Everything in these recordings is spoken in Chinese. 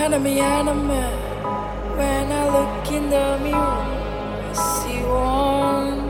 Enemy, enemy. When I look in the mirror, I see one.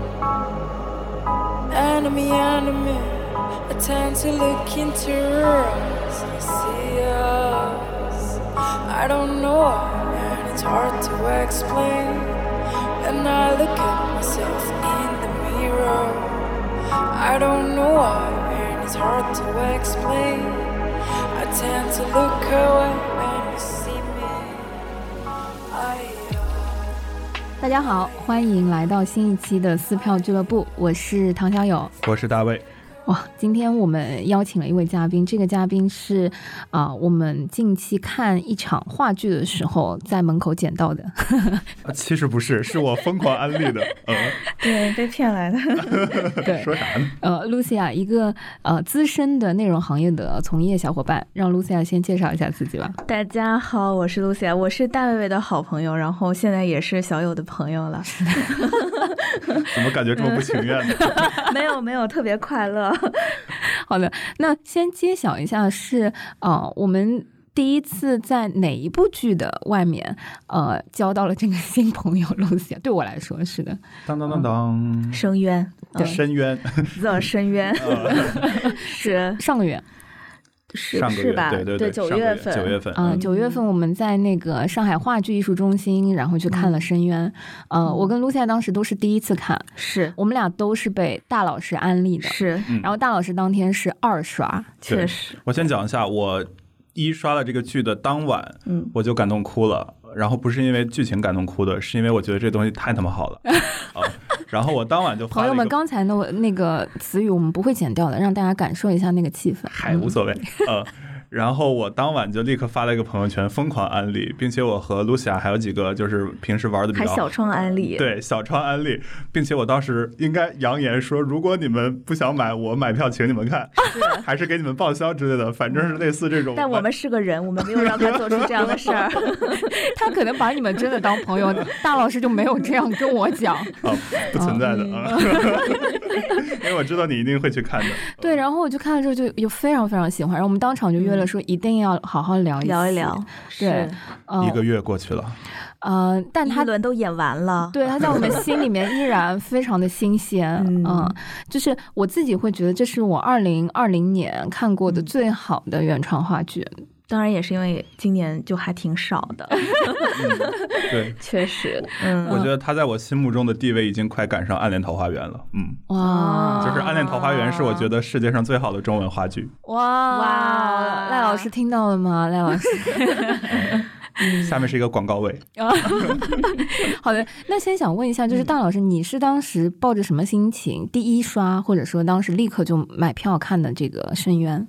Enemy, enemy. I tend to look into us, I see us. I don't know why, and it's hard to explain. When I look at myself in the mirror, I don't know why, and it's hard to explain. I tend to look away when you see me. 大家好，欢迎来到新一期的撕票俱乐部，我是唐小友， 我是大卫。 哇，今天我们邀请了一位嘉宾，这个嘉宾是我们近期看一场话剧的时候在门口捡到的。 其实不是，是我疯狂安利的。 对，被骗来的。 对， 说啥呢 Lucia 一个资深的内容行业的从业小伙伴，让 Lucia 先介绍一下自己吧。 大家好，我是 Lucia， 我是大卫卫的好朋友，然后现在也是小友的朋友了。 怎么感觉这么不情愿呢？ 没有，特别快乐。 好的，那先揭晓一下是我们第一次在哪一部剧的外面交到了这个新朋友 Lucia， 对我来说是的。 当当当当， 深渊， 深渊， The 深渊，是上个月。 是吧？ 对 9月份 ，9月份我们在那个上海话剧艺术中心，然后去看了《深渊》。我跟 Lucia 当时都是第一次看， 是我们俩都是被大老师安利的， 是。 然后大老师当天是2刷， 确实。 我先讲一下，我一刷了这个剧的当晚，我就感动哭了。然后不是因为剧情感动哭的，是因为我觉得这东西太他妈好了。然后我当晚就发了一个， 朋友们，刚才的那个词语我们不会剪掉的，让大家感受一下那个气氛。 还无所谓。然后我当晚就立刻发了一个朋友圈，疯狂安利，并且我和 Lucia 还有几个就是平时玩的比较好， 还小窗安利， 对，小窗安利，并且我当时应该扬言说，如果你们不想买，我买票请你们看，还是给你们报销之类的，反正是类似这种。 但我们是个人，我们没有让他做出这样的事儿。 他可能把你们真的当朋友，大老师就没有这样跟我讲。 不存在的啊，因为我知道你一定会去看的。 对，然后我就看了之后就非常非常喜欢，然后我们当场就约了说一定要好好聊一聊。 对 ，1个月过去了。 但他一轮都演完了， 对，他在我们心里面依然非常的新鲜。就是我自己会觉得这是我2020年看过的最好的原创话剧。 当然也是因为今年就还挺少的。 对， 确实。 我觉得他在我心目中的地位已经快赶上《暗恋桃花源》了。 哇， 就是《暗恋桃花源》是我觉得世界上最好的中文话剧。 哇，赖老师听到了吗？赖老师。 下面是一个广告位。 好的，那先想问一下，就是大老师，你是当时抱着什么心情第一刷，或者说当时立刻就买票看的这个《深渊》？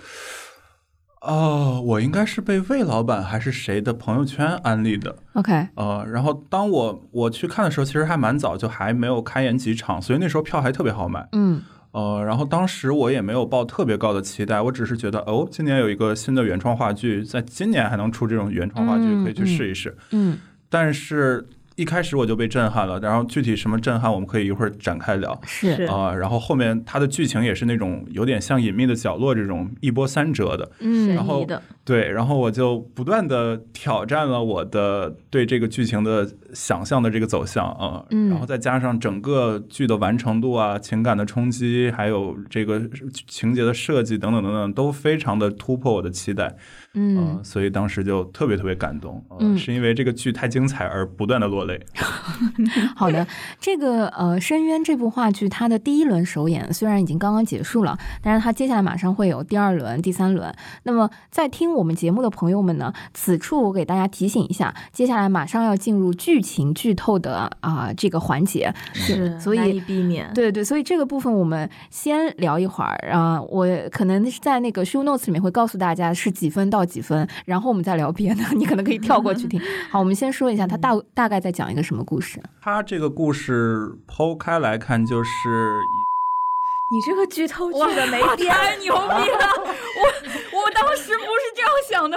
我应该是被魏老板还是谁的朋友圈安利的。 OK， 然后当我去看的时候，其实还蛮早，就还没有开演几场，所以那时候票还特别好买。然后当时我也没有抱特别高的期待，我只是觉得今年有一个新的原创话剧，在今年还能出这种原创话剧，可以去试一试。但是一开始我就被震撼了，然后具体什么震撼我们可以一会儿展开聊。 是然后后面它的剧情也是那种有点像隐秘的角落这种一波三折的。然后对，然后我就不断的挑战了我的对这个剧情的想象的这个走向然后再加上整个剧的完成度啊、情感的冲击，还有这个情节的设计等等等等，都非常的突破我的期待。所以当时就特别特别感动。是因为这个剧太精彩而不断的落泪。 好的，这个深渊这部话剧，它的第1轮首演虽然已经刚刚结束了，但是它接下来马上会有第2轮、第3轮。那么在听我们节目的朋友们呢，此处我给大家提醒一下，接下来马上要进入剧情剧透的这个环节， 是所以难以避免。 对，所以这个部分我们先聊一会儿我可能在那个 show notes 里面会告诉大家是几分到几分，然后我们再聊别的，你可能可以跳过去听。好，我们先说一下它大概在讲一个什么故事。 它这个故事剖开来看，就是你这个剧透剧的没边， 太牛逼了！我当时不是这样想的，我刚才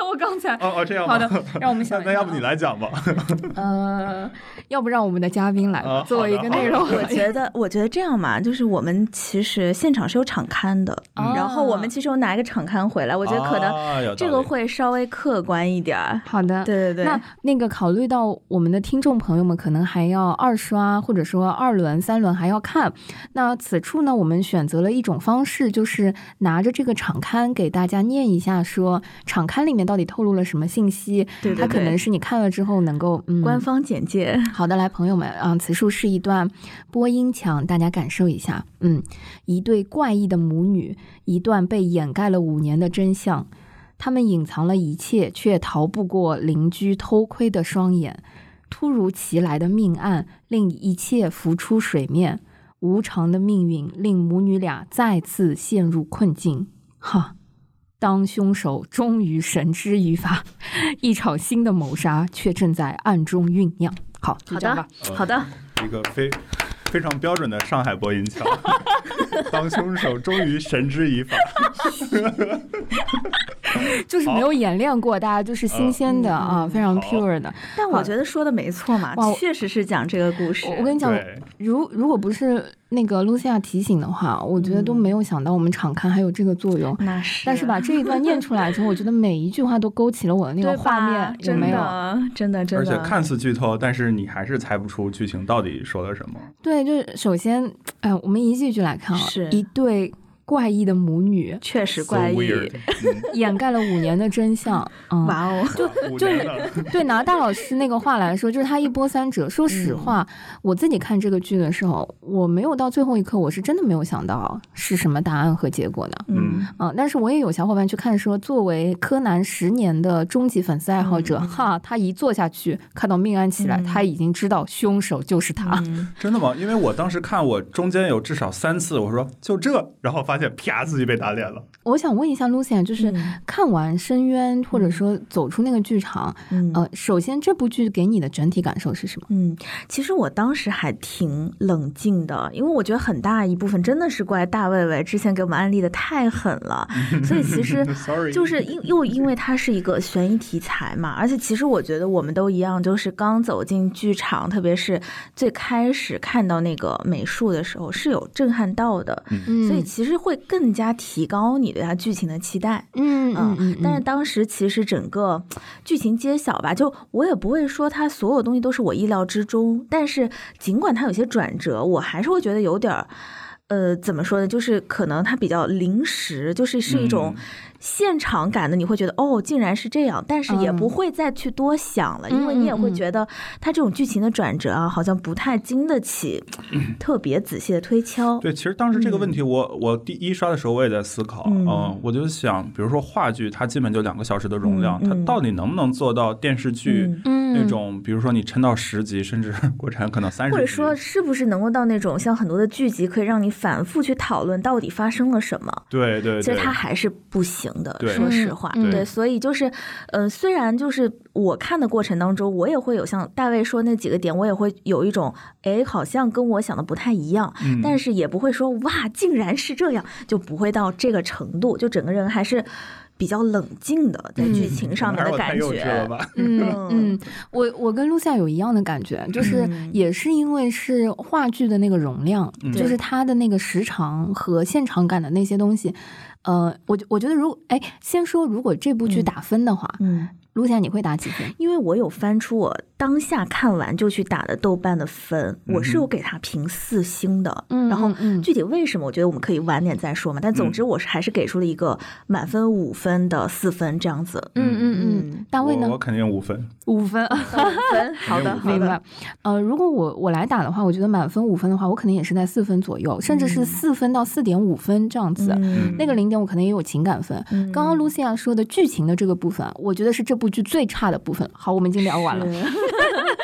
下。 这样好的，让我们想一下。 那要不你来讲吧？ 要不让我们的嘉宾来作为一个内容。 我觉得这样嘛，就是我们其实现场是有场刊的，然后我们其实有拿一个场刊回来，我觉得可能这个会稍微客观一点。 好的， 对对对。 那个考虑到我们的听众朋友们可能还要二刷，或者说2轮、3轮还要看，那此处呢，我们选择了一种方式，就是拿着这个场刊给大家念一下，说场刊里面到底透露了什么信息。 对对对， 它可能是你看了之后能够官方简介。 好的，来朋友们此处是一段播音墙，大家感受一下。一对怪异的母女，一段被掩盖了5年的真相。他们隐藏了一切，却逃不过邻居偷窥的双眼。突如其来的命案令一切浮出水面，无常的命运令母女俩再次陷入困境。当凶手终于绳之于法，一场新的谋杀却正在暗中酝酿。好，就这样吧。 好的， 一个非常标准的上海播音腔。当凶手终于绳之以法。 就是没有演练过，大家就是新鲜的非常 pure 的。 但我觉得说的没错嘛，确实是讲这个故事。 我跟你讲，如果不是那个露西亚提醒的话，我觉得都没有想到我们场刊还有这个作用。 那是， 但是把这一段念出来之后，我觉得每一句话都勾起了我的那个画面，有没有？ 真的。 而且看似剧透，但是你还是猜不出剧情到底说了什么。 对，就是首先，我们一句一句来看是一对怪异的母女， 确实怪异， 掩盖了5年的真相。 哇哦， 就是对，拿大老师那个话来说，就是他一波三折。说实话，我自己看这个剧的时候，我没有到最后一刻，我是真的没有想到是什么答案和结果的。但是我也有小伙伴去看说，作为柯南10年的终极粉丝爱好者，他一坐下去看到命案起来，他已经知道凶手就是他。 真的吗？因为我当时看，我中间有至少3次，我说就这，然后发现啪自己被打脸了。 我想问一下 Lucia， 就是看完《深渊》或者说走出那个剧场，首先这部剧给你的整体感受是什么？ 其实我当时还挺冷静的，因为我觉得很大一部分真的是怪大卫卫之前给我们安利的太狠了，所以其实就是因为它是一个悬疑题材嘛，而且其实我觉得我们都一样，就是刚走进剧场，特别是最开始看到那个美术的时候是有震撼到的，所以其实会更加提高你对它剧情的期待。但是当时其实整个剧情揭晓吧，就我也不会说它所有东西都是我意料之中，但是尽管它有些转折，我还是会觉得有点怎么说呢，就是可能它比较临时，是一种现场感的，你会觉得竟然是这样，但是也不会再去多想了，因为你也会觉得它这种剧情的转折啊，好像不太经得起特别仔细的推敲。 对，其实当时这个问题我第一刷的时候我也在思考，我就想，比如说话剧它基本就2个小时的容量，它到底能不能做到电视剧那种，比如说你撑到10集，甚至国产可能30集， 或者说是不是能够到那种像很多的剧集可以让你反复去讨论到底发生了什么。 对， 其实它还是不行的， 对， 说实话。对，所以虽然我看的过程当中，我也会有像大卫说那几个点，我也会有一种好像跟我想的不太一样，但是也不会说哇竟然是这样，就不会到这个程度，就整个人还是比较冷静的在剧情上面的感觉。 我跟露夏有一样的感觉，就是也是因为是话剧的那个容量，就是它的那个时长和现场感的那些东西。我觉得先说如果这部剧打分的话，露夏你会打几分？ 因为我有翻出我当下看完就去打的豆瓣的分，我是有给他评4星的。然后具体为什么，我觉得我们可以晚点再说嘛。但总之我还是给出了一个满分5分的4分这样子。 大卫呢？ 我肯定5分。 5分， 好的， 明白。如果我来打的话，我觉得满分5分的话，我可能也是在4分左右，甚至是4分到4.5分这样子。那个0点我可能也有情感分。刚刚露西亚说的剧情的这个部分，我觉得是这部剧最差的部分。好，我们已经聊完了。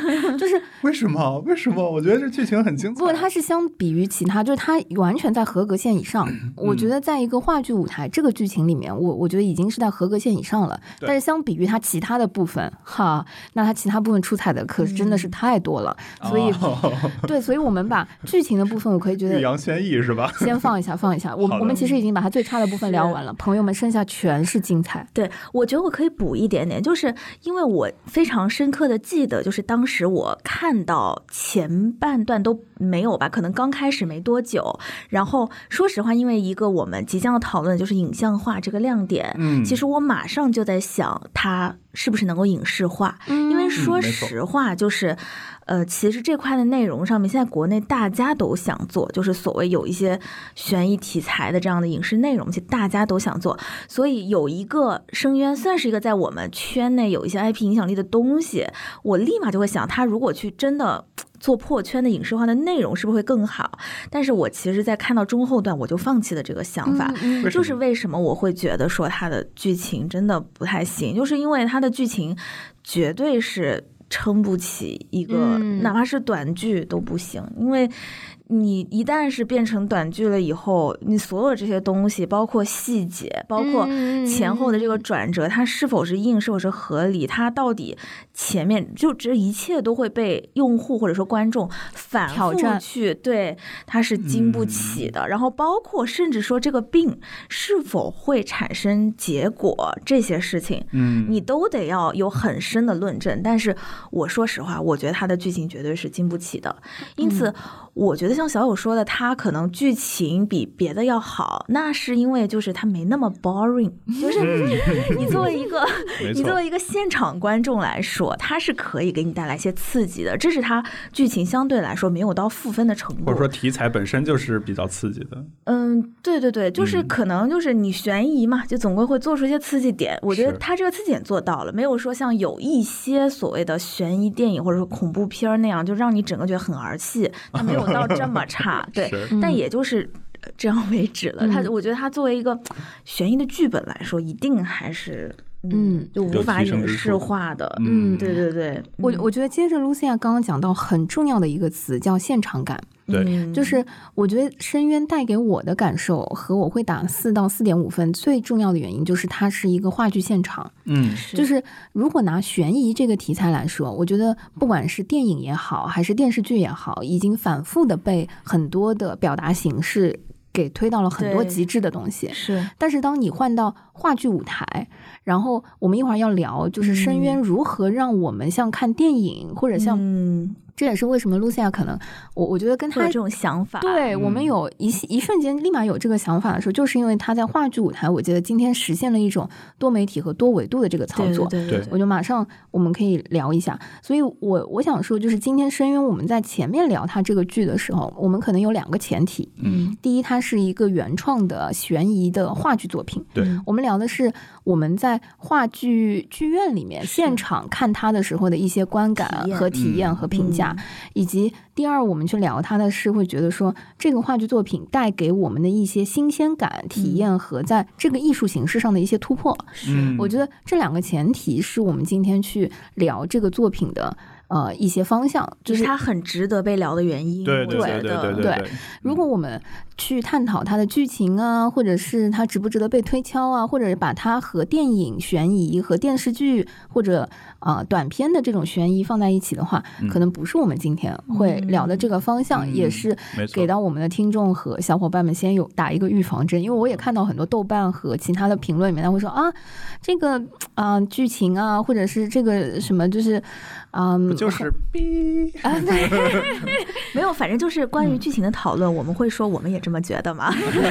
就是为什么？我觉得这剧情很精彩。 不，它是相比于其他，就是它完全在合格线以上。我觉得在一个话剧舞台这个剧情里面，我觉得已经是在合格线以上了。但是相比于它其他的部分，那它其他部分出彩的可真的是太多了。所以，对，所以我们把剧情的部分，我可以觉得欲扬先抑是吧？ 先放一下。我们其实已经把它最差的部分聊完了，朋友们，剩下全是精彩。 对，我觉得我可以补一点点，就是因为我非常深刻的记得，就是当时我看到前半段都没有吧，可能刚开始没多久，然后说实话，因为一个我们即将要讨论的就是影像化这个亮点，其实我马上就在想它是不是能够影视化，因为说实话就是其实这块的内容上面，现在国内大家都想做，就是所谓有一些悬疑题材的这样的影视内容，其实大家都想做，所以有一个深渊算是一个在我们圈内有一些 IP 影响力的东西，我立马就会想，他如果去真的做破圈的影视化的内容是不是会更好？但是我其实在看到中后段我就放弃了这个想法，就是为什么我会觉得说它的剧情真的不太行，就是因为它的剧情绝对是撑不起一个哪怕是短剧都不行，因为你一旦是变成短剧了以后，你所有这些东西包括细节包括前后的这个转折，它是否是硬是否是合理，它到底前面就这一切都会被用户或者说观众反复去对它是经不起的，然后包括甚至说这个病是否会产生结果，这些事情你都得要有很深的论证，但是我说实话，我觉得它的剧情绝对是经不起的，因此我觉得像小友说的，它可能剧情比别的要好，那是因为就是它没那么 boring， 就是你作为一个现场观众来说，它是可以给你带来一些刺激的，这是它剧情相对来说没有到负分的程度， 或者说题材本身就是比较刺激的。 对，就是可能就是你悬疑嘛，就总归会做出一些刺激点，我觉得它这个刺激点做到了，没有说像有一些所谓的悬疑电影或者说恐怖片那样就让你整个觉得很儿戏，它没有到这么差，对，但也就是这样为止了。我觉得它作为一个悬疑的剧本来说，一定还是就无法影视化的。对， 我觉得接着 Lucia 刚刚讲到很重要的一个词叫现场感。 对， 就是我觉得深渊带给我的感受和我会打4到4.5分最重要的原因就是它是一个话剧现场。就是如果拿悬疑这个题材来说，我觉得不管是电影也好还是电视剧也好，已经反复的被很多的表达形式给推到了很多极致的东西。但是当你换到话剧舞台，然后我们一会儿要聊就是深渊如何让我们像看电影或者像这也是为什么 Lucia 可能我觉得跟他有这种想法， 对，我们有一瞬间立马有这个想法的时候，就是因为他在话剧舞台我觉得今天实现了一种多媒体和多维度的这个操作。 对， 我就马上我们可以聊一下。所以我想说就是今天深渊我们在前面聊他这个剧的时候，我们可能有2个前提。第一，它是一个原创的悬疑的话剧作品。 对， 我们聊的是我们在话剧剧院里面现场看他的时候的一些观感和体验和评价，以及第二我们去聊它的是会觉得说这个话剧作品带给我们的一些新鲜感体验和在这个艺术形式上的一些突破。我觉得这2个前提是我们今天去聊这个作品的一些方向， 就是它很值得被聊的原因。 对， 如果我们去探讨它的剧情啊，或者是它值不值得被推敲啊，或者把它和电影悬疑和电视剧或者短片的这种悬疑放在一起的话，可能不是我们今天会聊的这个方向，也是给到我们的听众和小伙伴们先有打一个预防针。因为我也看到很多豆瓣和其他的评论里面他会说这个剧情啊，或者是这个什么就是不就是逼没有，反正就是关于剧情的讨论，我们会说我们也这么觉得嘛。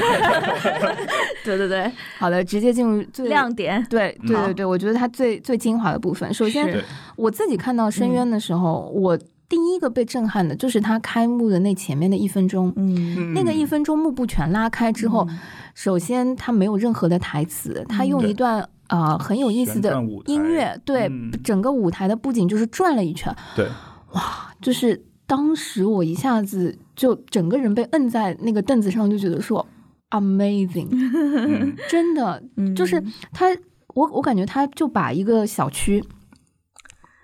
对， 好的，直接进入最亮点。 对，我觉得它最精华的部分。首先我自己看到深渊的时候，我第一个被震撼的就是他开幕的那前面的1分钟。那个1分钟幕布全拉开之后，首先他没有任何的台词，他用一段很有意思的音乐，对，整个舞台的布景就是转了一圈。 对， 哇，就是当时我一下子就整个人被摁在那个凳子上，就觉得说 amazing，真的就是他，我感觉他就把一个小区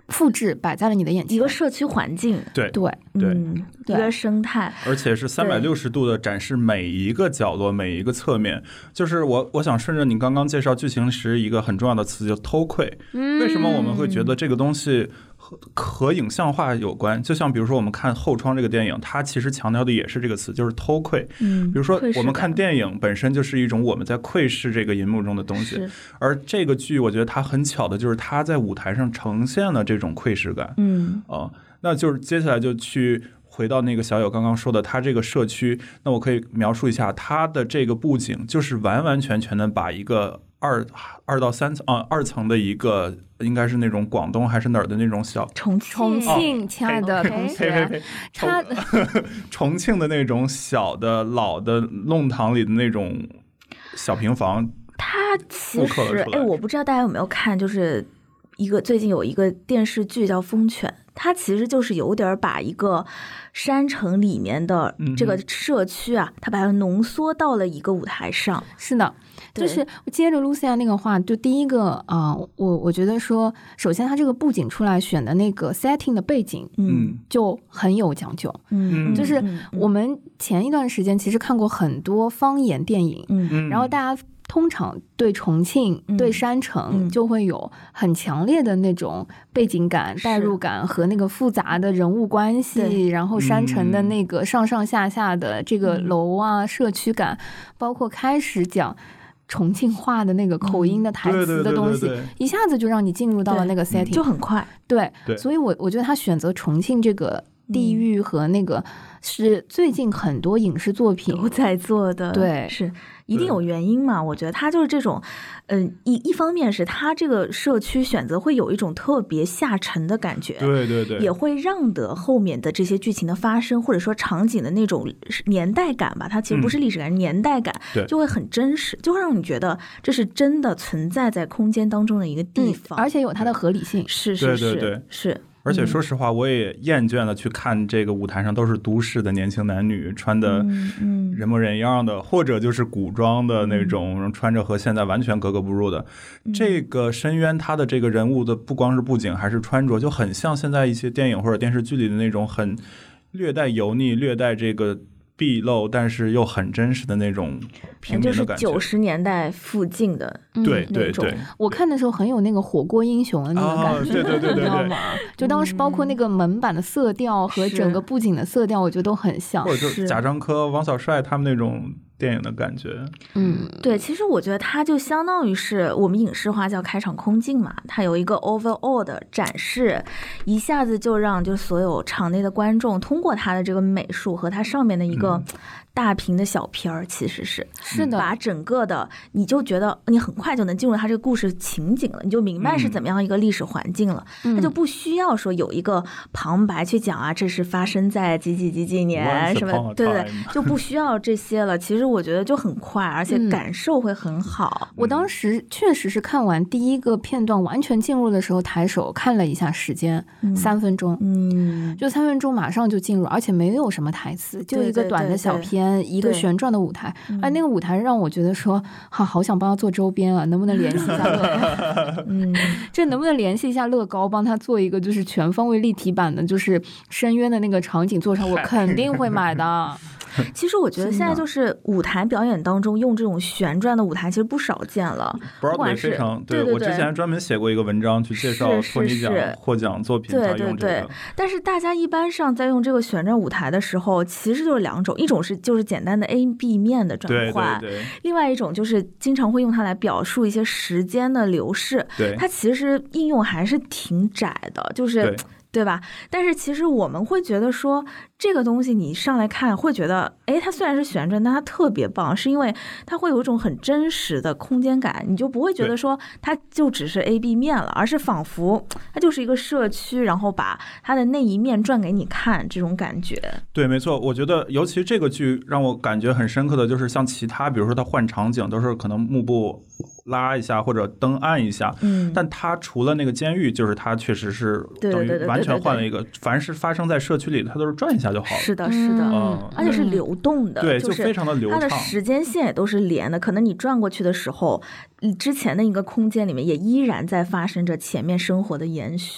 复制摆在了你的眼前， 一个社区环境， 对对对， 一个生态， 而且是360度的展示每一个角落每一个侧面。就是我想顺着你刚刚介绍剧情时一个很重要的词，就偷窥。为什么我们会觉得这个东西和影像化有关？就像比如说我们看《后窗》这个电影，它其实强调的也是这个词，就是偷窥。比如说我们看电影本身就是一种我们在窥视这个银幕中的东西，而这个剧我觉得它很巧的就是它在舞台上呈现了这种窥视感。那就是接下来就去回到那个小友刚刚说的它这个社区，那我可以描述一下它的这个布景，就是完完全全的把一个2到3层2层的一个应该是那种广东还是哪儿的那种小重庆，亲爱的同学， 重庆的那种小的老的弄堂里的那种小平房， 它其实我不知道大家有没有看，就是最近有一个电视剧叫《疯犬》，它其实就是有点把一个山城里面的这个社区啊，它把它浓缩到了一个舞台上。 是的，就是接着 Lucia 那个话，就第一个我觉得说，首先它这个布景出来选的那个 setting 的背景，就很有讲究。就是我们前一段时间其实看过很多方言电影，然后大家通常对重庆、对山城就会有很强烈的那种背景感、代入感和那个复杂的人物关系，然后山城的那个上上下下的这个楼啊、社区感，包括开始讲重庆话的那个口音的台词的东西，一下子就让你进入到了那个 setting， 就很快。 对，所以我觉得他选择重庆这个地域和那个是最近很多影视作品都在做的， 对， 是一定有原因嘛？我觉得他就是这种，一方面是他这个社区选择会有一种特别下沉的感觉， 对， 也会让得后面的这些剧情的发生，或者说场景的那种年代感吧，它其实不是历史感，年代感就会很真实，就会让你觉得这是真的存在在空间当中的一个地方， 而且有它的合理性， 是。 而且说实话，我也厌倦了去看这个舞台上都是都市的年轻男女穿的人模人样的，或者就是古装的那种穿着和现在完全格格不入的。这个深渊它的这个人物的不光是布景还是穿着，就很像现在一些电影或者电视剧里的那种很略带油腻、略带这个毕露但是又很真实的那种平民的感觉， 就是90年代附近的对。 我看的时候很有那个火锅英雄的那个感觉， 对， 你知道吗？就当时包括那个门板的色调和整个布景的色调，我觉得都很像， 或者就是贾樟柯、王小帅他们那种电影的感觉。 对，其实我觉得它就相当于是我们影视化叫开场空镜嘛，它有一个 overall 的展示，一下子就让就所有场内的观众通过它的这个美术和它上面的一个大屏的小片儿，其实是的， 把整个的你就觉得你很快就能进入它这个故事情景了，你就明白是怎么样一个历史环境了，它就不需要说有一个旁白去讲啊，这是发生在几几年什么，对，就不需要这些了。其实我觉得就很快，而且感受会很好。 我当时确实是看完第一个片段完全进入的时候，抬手看了一下时间，3分钟，就3分钟马上就进入，而且没有什么台词，就一个短的小片，一个旋转的舞台，而那个舞台让我觉得说，好想帮他做周边啊，能不能联系一下乐高？这能不能联系一下乐高，帮他做一个就是全方位立体版的，就是深渊的那个场景做上，我肯定会买的。 其实我觉得现在就是舞台表演当中用这种旋转的舞台其实不少见了，不管是对，我之前专门写过一个文章去介绍托尼奖获奖作品， 对。但是大家一般上在用这个旋转舞台的时候，其实就是2种，一种是就是简单的 A、B 面的转换，另外一种就是经常会用它来表述一些时间的流逝，它其实应用还是挺窄的，就是对吧？但是其实我们会觉得说这个东西你上来看会觉得，它虽然是旋转，但它特别棒，是因为它会有一种很真实的空间感，你就不会觉得说它就只是 A、B 面了，而是仿佛它就是一个社区，然后把它的那一面转给你看，这种感觉。 对，没错。我觉得尤其这个剧让我感觉很深刻的就是像其他比如说它换场景都是可能幕布拉一下或者灯暗一下，但它除了那个监狱，就是它确实是等于完全换了一个，凡是发生在社区里它都是转一下就好了。 是的，而且是流动的， 对，就非常的流畅， 它的时间线也都是连的，可能你转过去的时候之前的一个空间里面也依然在发生着前面生活的延续。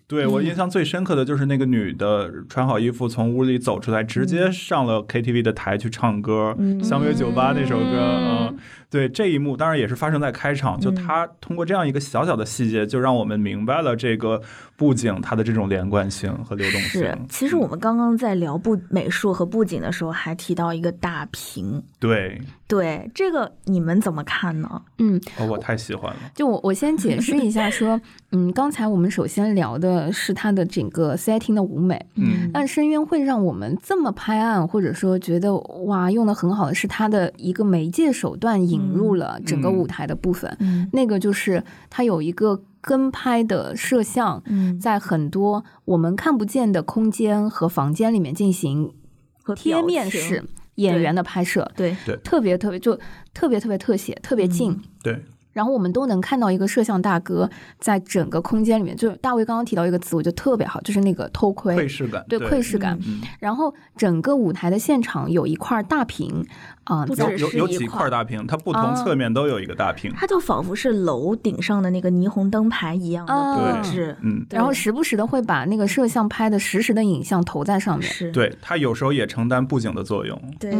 对，我印象最深刻的就是那个女的穿好衣服从屋里走出来，直接上了 KTV 的台去唱歌，相约酒吧那首歌。对，这一幕当然也是发生在开场，就她通过这样一个小小的细节，就让我们明白了这个布景它的这种连贯性和流动性。 是，其实我们刚刚在聊美术和布景的时候，还提到一个大屏。 对， 这个你们怎么看呢？ 我太喜欢了。 就我先解释一下说，刚才我们首先聊的是它的整个 setting 的舞美，但深渊会让我们这么拍案，或者说觉得哇用的很好的是它的一个媒介手段引入了整个舞台的部分，那个就是它有一个跟拍的摄像，在很多我们看不见的空间和房间里面进行贴面式演员的拍摄， 对， 特别特别特写，特别近， 对。 然后我们都能看到一个摄像大哥在整个空间里面，就大卫刚刚提到一个词，我觉得特别好，就是那个偷窥， 窥视感， 对，窥视感。然后整个舞台的现场有一块大屏有几块大屏，它不同侧面都有一个大屏， 它就仿佛是楼顶上的那个霓虹灯牌一样的布置， 然后时不时的会把那个摄像拍的实时的影像投在上面， 是， 对，它有时候也承担布景的作用， 对，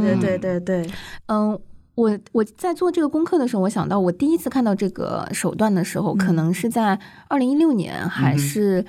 我在做这个功课的时候，我想到我第一次看到这个手段的时候，可能是在2016年还是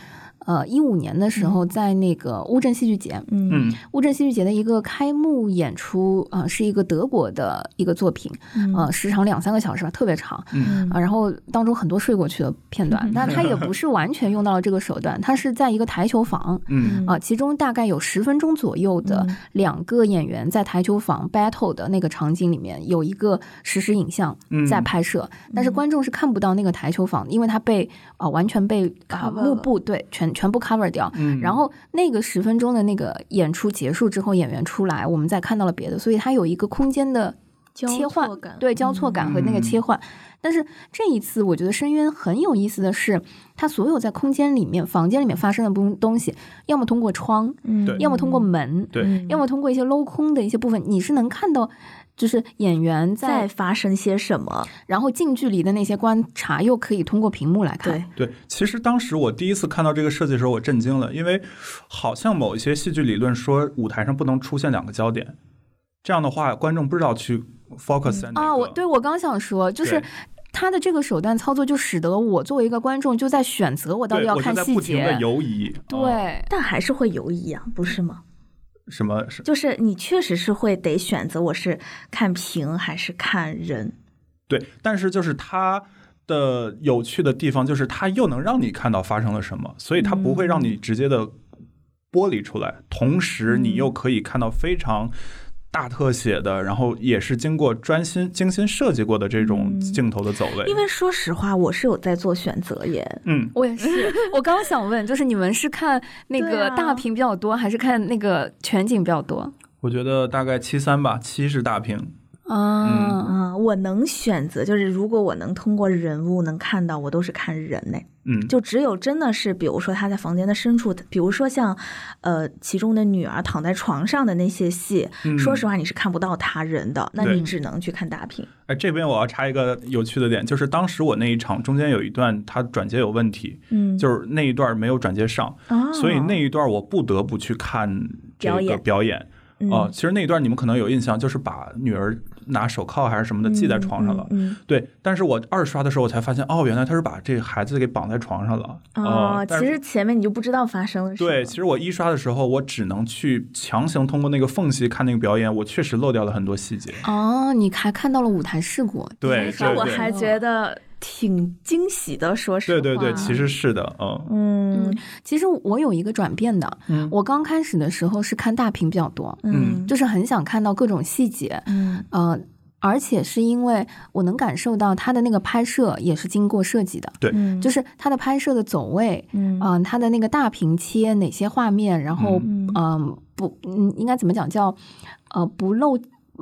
15年的时候，在那个乌镇戏剧节，乌镇戏剧节的一个开幕演出，是一个德国的一个作品，时长2-3个小时吧，特别长，然后当中很多睡过去的片段，但它也不是完全用到了这个手段，它是在一个台球房，其中大概有10分钟左右的2个演员在台球房 battle 的那个场景里面有一个实时影像在拍摄，但是观众是看不到那个台球房，因为它被完全被幕布对全部 cover 掉，然后那个10分钟的那个演出结束之后，演员出来，我们再看到了别的，所以它有一个空间的切换，对，交错感和那个切换。但是这一次我觉得深渊很有意思的是，它所有在空间里面房间里面发生的东西，要么通过窗，要么通过门， 对， 要么通过一些镂空的一些部分，你是能看到就是演员在发生些什么， 然后近距离的那些观察又可以通过屏幕来看。 对，其实当时我第一次看到这个设计的时候，我震惊了，因为好像某一些戏剧理论说舞台上不能出现2个焦点，这样的话观众不知道去 focus 在哪个。 我刚想说，就是他的这个手段操作就使得我作为一个观众就在选择我到底要看细节， 不停的游移， 对， 但还是会游移啊，不是吗？ 什么？ 就是你确实是会得选择我是看屏还是看人。 对，但是就是它的有趣的地方就是它又能让你看到发生了什么，所以它不会让你直接的剥离出来，同时你又可以看到非常大特写的，然后也是经过精心设计过的这种镜头的走位。 因为说实话，我是有在做选择耶。 我也是。我刚想问，就是你们是看那个大屏比较多，还是看那个全景比较多？ 我觉得大概7:3吧，7是大屏。 我能选择，就是如果我能通过人物能看到，我都是看人呢。就只有真的是，比如说他在房间的深处，比如说像其中的女儿躺在床上的那些戏，说实话你是看不到他人的，那你只能去看大屏。 这边我要插一个有趣的点，就是当时我那一场中间有一段他转接有问题，就是那一段没有转接上，所以那一段我不得不去看这个表演。其实那一段你们可能有印象，就是把女儿拿手铐还是什么的系在床上了。对，但是我2刷的时候我才发现，原来他是把这个孩子给绑在床上了。 其实前面你就不知道发生了什么。 对，其实我1刷的时候，我只能去强行通过那个缝隙看那个表演，我确实漏掉了很多细节。 你还看到了舞台事故。 对， 我还觉得挺惊喜的，说实话。 对，其实是的。 其实我有一个转变的，我刚开始的时候是看大屏比较多，就是很想看到各种细节，而且是因为我能感受到他的那个拍摄也是经过设计的， 对， 就是他的拍摄的走位，他的那个大屏切哪些画面，然后应该怎么讲，叫不露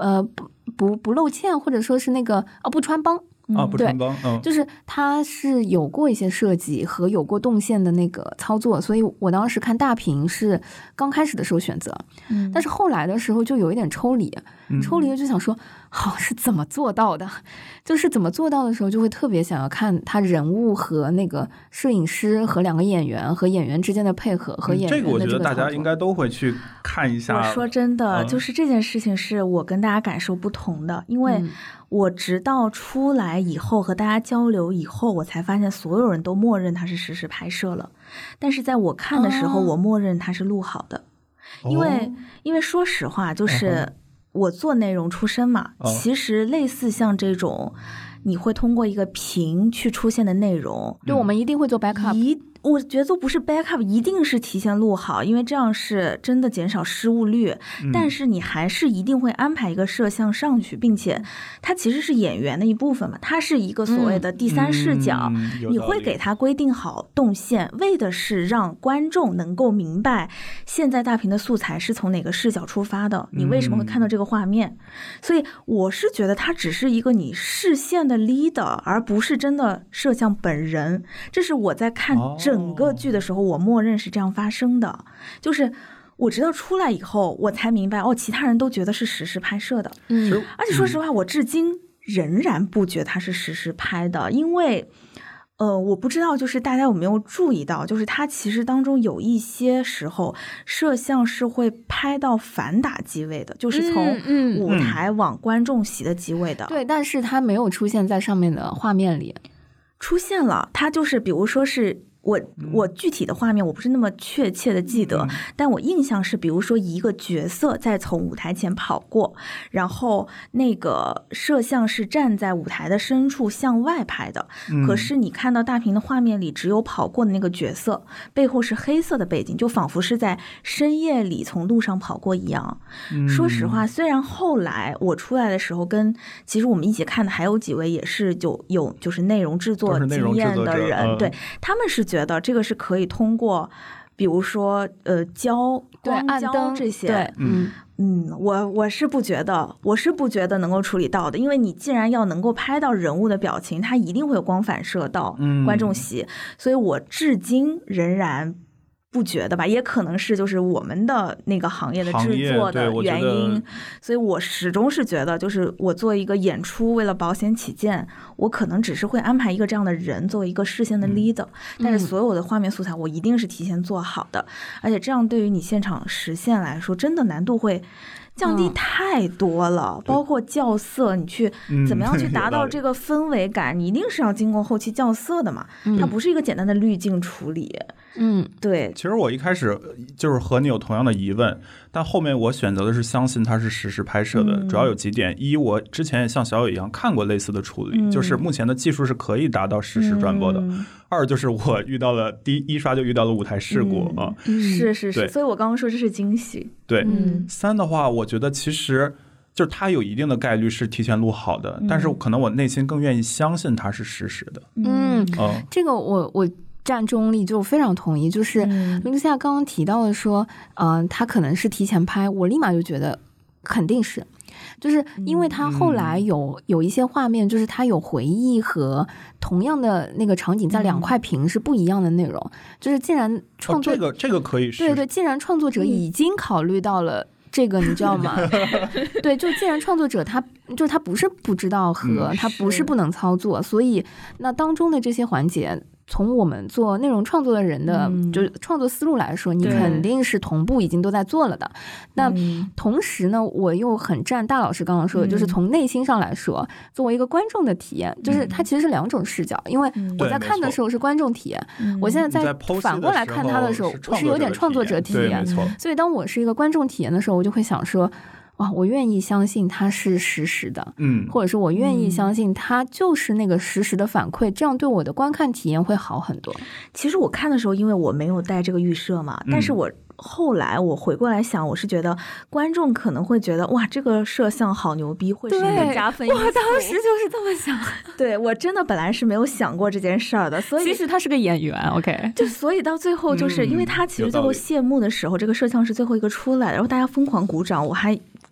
馅，或者说是那个不穿帮。 不穿帮， 就是它是有过一些设计和有过动线的那个操作，所以我当时看大屏是刚开始的时候选择，但是后来的时候就有一点抽离了就想说是怎么做到的？就是怎么做到的时候，就会特别想要看他人物和那个摄影师和两个演员和演员之间的配合和演员的这个我觉得大家应该都会去看一下。 我说真的，就是这件事情是我跟大家感受不同的，因为我直到出来以后和大家交流以后，我才发现所有人都默认它是实时拍摄了，但是在我看的时候，我默认它是录好的，因为说实话，就是我做内容出身嘛，其实类似像这种你会通过一个屏去出现的内容， 对，我们一定会做 backup。 我觉得都不是 backup， 一定是提前录好，因为这样是真的减少失误率。但是你还是一定会安排一个摄像上去，并且它其实是演员的一部分嘛，它是一个所谓的第三视角，你会给它规定好动线，为的是让观众能够明白现在大屏的素材是从哪个视角出发的，你为什么会看到这个画面。所以我是觉得它只是一个你视线的 leader， 而不是真的摄像本人。这是我在看整个剧的时候，我默认是这样发生的，就是我直到出来以后，我才明白其他人都觉得是实时拍摄的。而且说实话，我至今仍然不觉得它是实时拍的，因为我不知道就是大家有没有注意到，就是它其实当中有一些时候摄像是会拍到反打机位的，就是从舞台往观众席的机位的。 对，但是它没有出现在上面的画面里。 出现了，它就是比如说是我具体的画面我不是那么确切的记得，但我印象是比如说一个角色在从舞台前跑过，然后那个摄像是站在舞台的深处向外拍的，可是你看到大屏的画面里只有跑过的那个角色，背后是黑色的背景，就仿佛是在深夜里从路上跑过一样。说实话，虽然后来我出来的时候跟其实我们一起看的还有几位也是有就是内容制作经验的人，对，他们是觉得这个是可以通过比如说光焦这些， 对， 我是不觉得能够处理到的，因为你既然要能够拍到人物的表情，它一定会有光反射到观众席，所以我至今仍然不觉得吧，也可能是就是我们的那个行业的制作的原因，所以我始终是觉得就是我做一个演出，为了保险起见，我可能只是会安排一个这样的人作为一个视线的 leader，但是所有的画面素材我一定是提前做好的，而且这样对于你现场实现来说，真的难度会降低太多了，包括校色，你去怎么样去达到这个氛围感，你一定是要经过后期校色的嘛，它不是一个简单的滤镜处理。对。 其实我一开始就是和你有同样的疑问，但后面我选择的是相信它是实时拍摄的，主要有几点：一，我之前也像小友一样看过类似的处理，就是目前的技术是可以达到实时转播的。二就是我遇到了一刷就遇到了舞台事故啊， 是，所以我刚刚说这是惊喜。 对，三的话，我觉得其实就是它有一定的概率是提前录好的，但是可能我内心更愿意相信它是实时的。 这个我站中立，就非常同意。就是林夏刚刚提到的说，他可能是提前拍，我立马就觉得肯定是。就是因为他后来有一些画面，就是他有回忆和同样的那个场景在两块屏是不一样的内容，就是既然创作这个可以是对，既然创作者已经考虑到了这个，你知道吗？对，就既然创作者他不是不知道和他不是不能操作，所以那当中的这些环节，从我们做内容创作的人的就是创作思路来说，你肯定是同步已经都在做了的。那同时呢，我又很站大老师刚刚说的，就是从内心上来说，作为一个观众的体验，就是它其实是两种视角。因为我在看的时候是观众体验，我现在在反过来看它的时候，我是有点创作者体验。所以当我是一个观众体验的时候，我就会想说，哇，我愿意相信它是实时的，或者说我愿意相信它就是那个实时的反馈，这样对我的观看体验会好很多。 其实我看的时候，因为我没有带这个预设嘛，但是我后来我回过来想，我是觉得观众可能会觉得，哇，这个摄像好牛逼，会是一个加分因素。 我当时就是这么想。 对，我真的本来是没有想过这件事儿的，所以其实他是个演员 ，OK， 就所以到最后就是因为他其实最后谢幕的时候，这个摄像是最后一个出来的，然后大家疯狂鼓掌，我还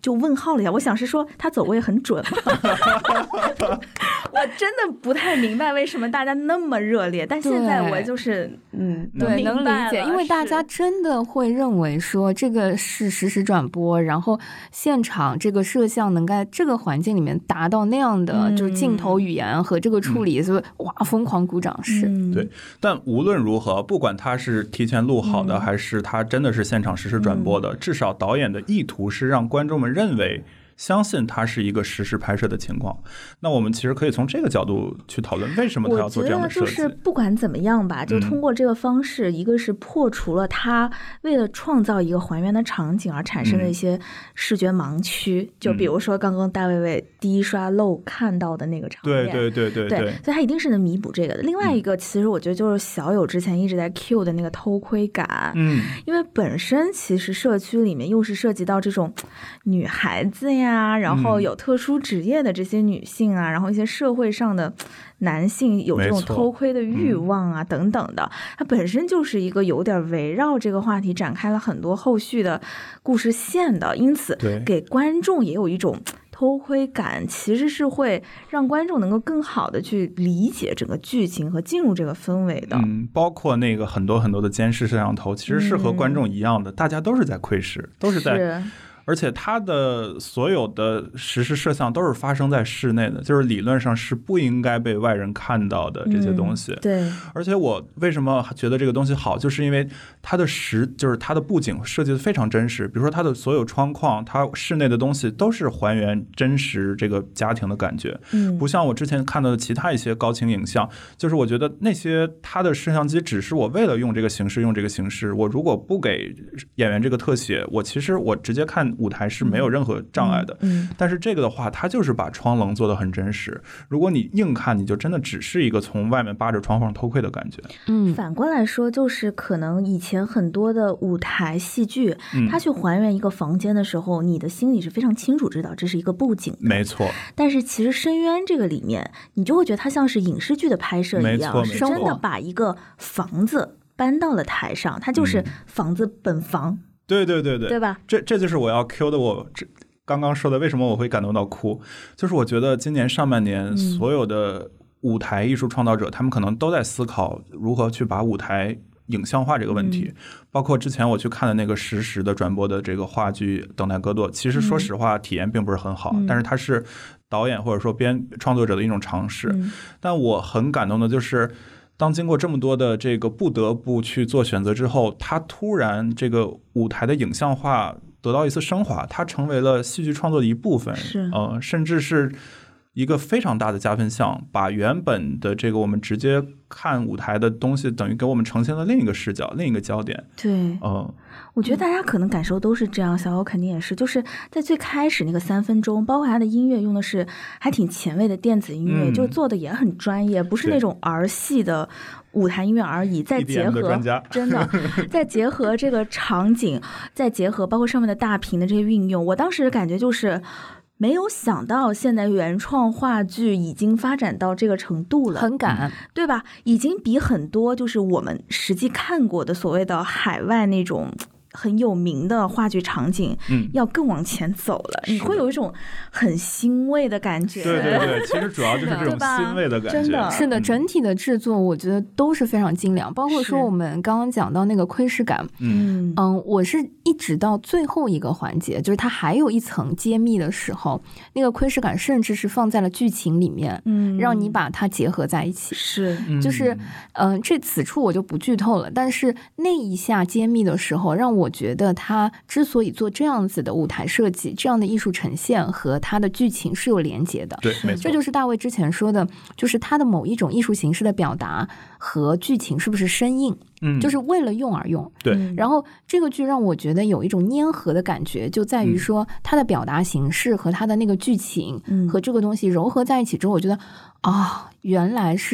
就问号了呀，我想是说他走位很准吗？我真的不太明白为什么大家那么热烈，但现在我就是对，能理解，因为大家真的会认为说这个是实时转播，然后现场这个摄像能在这个环境里面达到那样的就是镜头语言和这个处理，所以哇疯狂鼓掌是。 对，但无论如何，不管他是提前录好的，还是他真的是现场实时转播的，至少导演的意图是让观众们认为相信它是一个实时拍摄的情况。那我们其实可以从这个角度去讨论为什么他要做这样的设计。 我觉得就是不管怎么样吧，就通过这个方式，一个是破除了他为了创造一个还原的场景而产生的一些视觉盲区，就比如说刚刚大卫为第一刷漏看到的那个场面， 对， 所以他一定是能弥补这个的。另外一个，其实我觉得就是小友之前一直在 cue 的那个偷窥感，因为本身其实社区里面又是涉及到这种女孩子呀，然后有特殊职业的这些女性啊，然后一些社会上的男性有这种偷窥的欲望啊等等的，它本身就是一个有点围绕这个话题展开了很多后续的故事线的，因此给观众也有一种偷窥感，其实是会让观众能够更好的去理解整个剧情和进入这个氛围的。 包括那个很多很多的监视摄像头，其实是和观众一样的，大家都是在窥视，都是在。而且它的所有的实时摄像都是发生在室内的，就是理论上是不应该被外人看到的这些东西。 对。 而且我为什么觉得这个东西好，就是因为它的就是它的布景设计的非常真实，比如说它的所有窗框，它室内的东西都是还原真实这个家庭的感觉。不像我之前看到的其他一些高清影像，就是我觉得那些它的摄像机只是我为了用这个形式，我如果不给演员这个特写，其实我直接看舞台是没有任何障碍的。但是这个的话，它就是把窗棱做得很真实，如果你硬看，你就真的只是一个从外面扒着窗缝偷窥的感觉。 反过来说，就是可能以前很多的舞台戏剧，它去还原一个房间的时候，你的心里是非常清楚知道这是一个布景的， 没错。 但是其实深渊这个里面，你就会觉得它像是影视剧的拍摄一样，是真的把一个房子搬到了台上，它就是房子本房。对吧？ 这就是我要 Q 的，我刚刚说的，为什么我会感动到哭，就是我觉得今年上半年所有的舞台艺术创造者，他们可能都在思考如何去把舞台影像化这个问题。包括之前我去看的那个实时的转播的这个话剧《等待戈多》，其实说实话体验并不是很好，但是它是导演或者说创作者的一种尝试。但我很感动的就是当经过这么多的这个不得不去做选择之后，它突然这个舞台的影像化得到一次升华，它成为了戏剧创作的一部分，甚至是一个非常大的加分项，把原本的这个我们直接看舞台的东西等于给我们呈现了另一个视角，另一个焦点。 对，我觉得大家可能感受都是这样，小欧肯定也是，就是在最开始那个3分钟，包括他的音乐用的是还挺前卫的电子音乐，就做的也很专业，不是那种儿戏的舞台音乐而已，再结合真的再结合这个场景，再结合包括上面的大屏的这些运用，我当时感觉就是没有想到现在原创话剧已经发展到这个程度了， 很赶， 对吧？已经比很多就是我们实际看过的所谓的海外那种很有名的话剧场景要更往前走了，你会有一种很欣慰的感觉。 对，其实主要就是这种欣慰的感觉。 真的是的，整体的制作我觉得都是非常精良，包括说我们刚刚讲到那个窥视感，我是一直到最后一个环节，就是它还有一层揭秘的时候，那个窥视感甚至是放在了剧情里面，让你把它结合在一起。 是， 就是此处我就不剧透了，但是那一下揭秘的时候，让我觉得他之所以做这样子的舞台设计，这样的艺术呈现和他的剧情是有连结的。 对，没错， 这就是大卫之前说的，就是他的某一种艺术形式的表达和剧情是不是生硬，就是为了用而用。 对， 然后这个剧让我觉得有一种粘合的感觉，就在于说它的表达形式和它的那个剧情和这个东西糅合在一起之后，我觉得原来是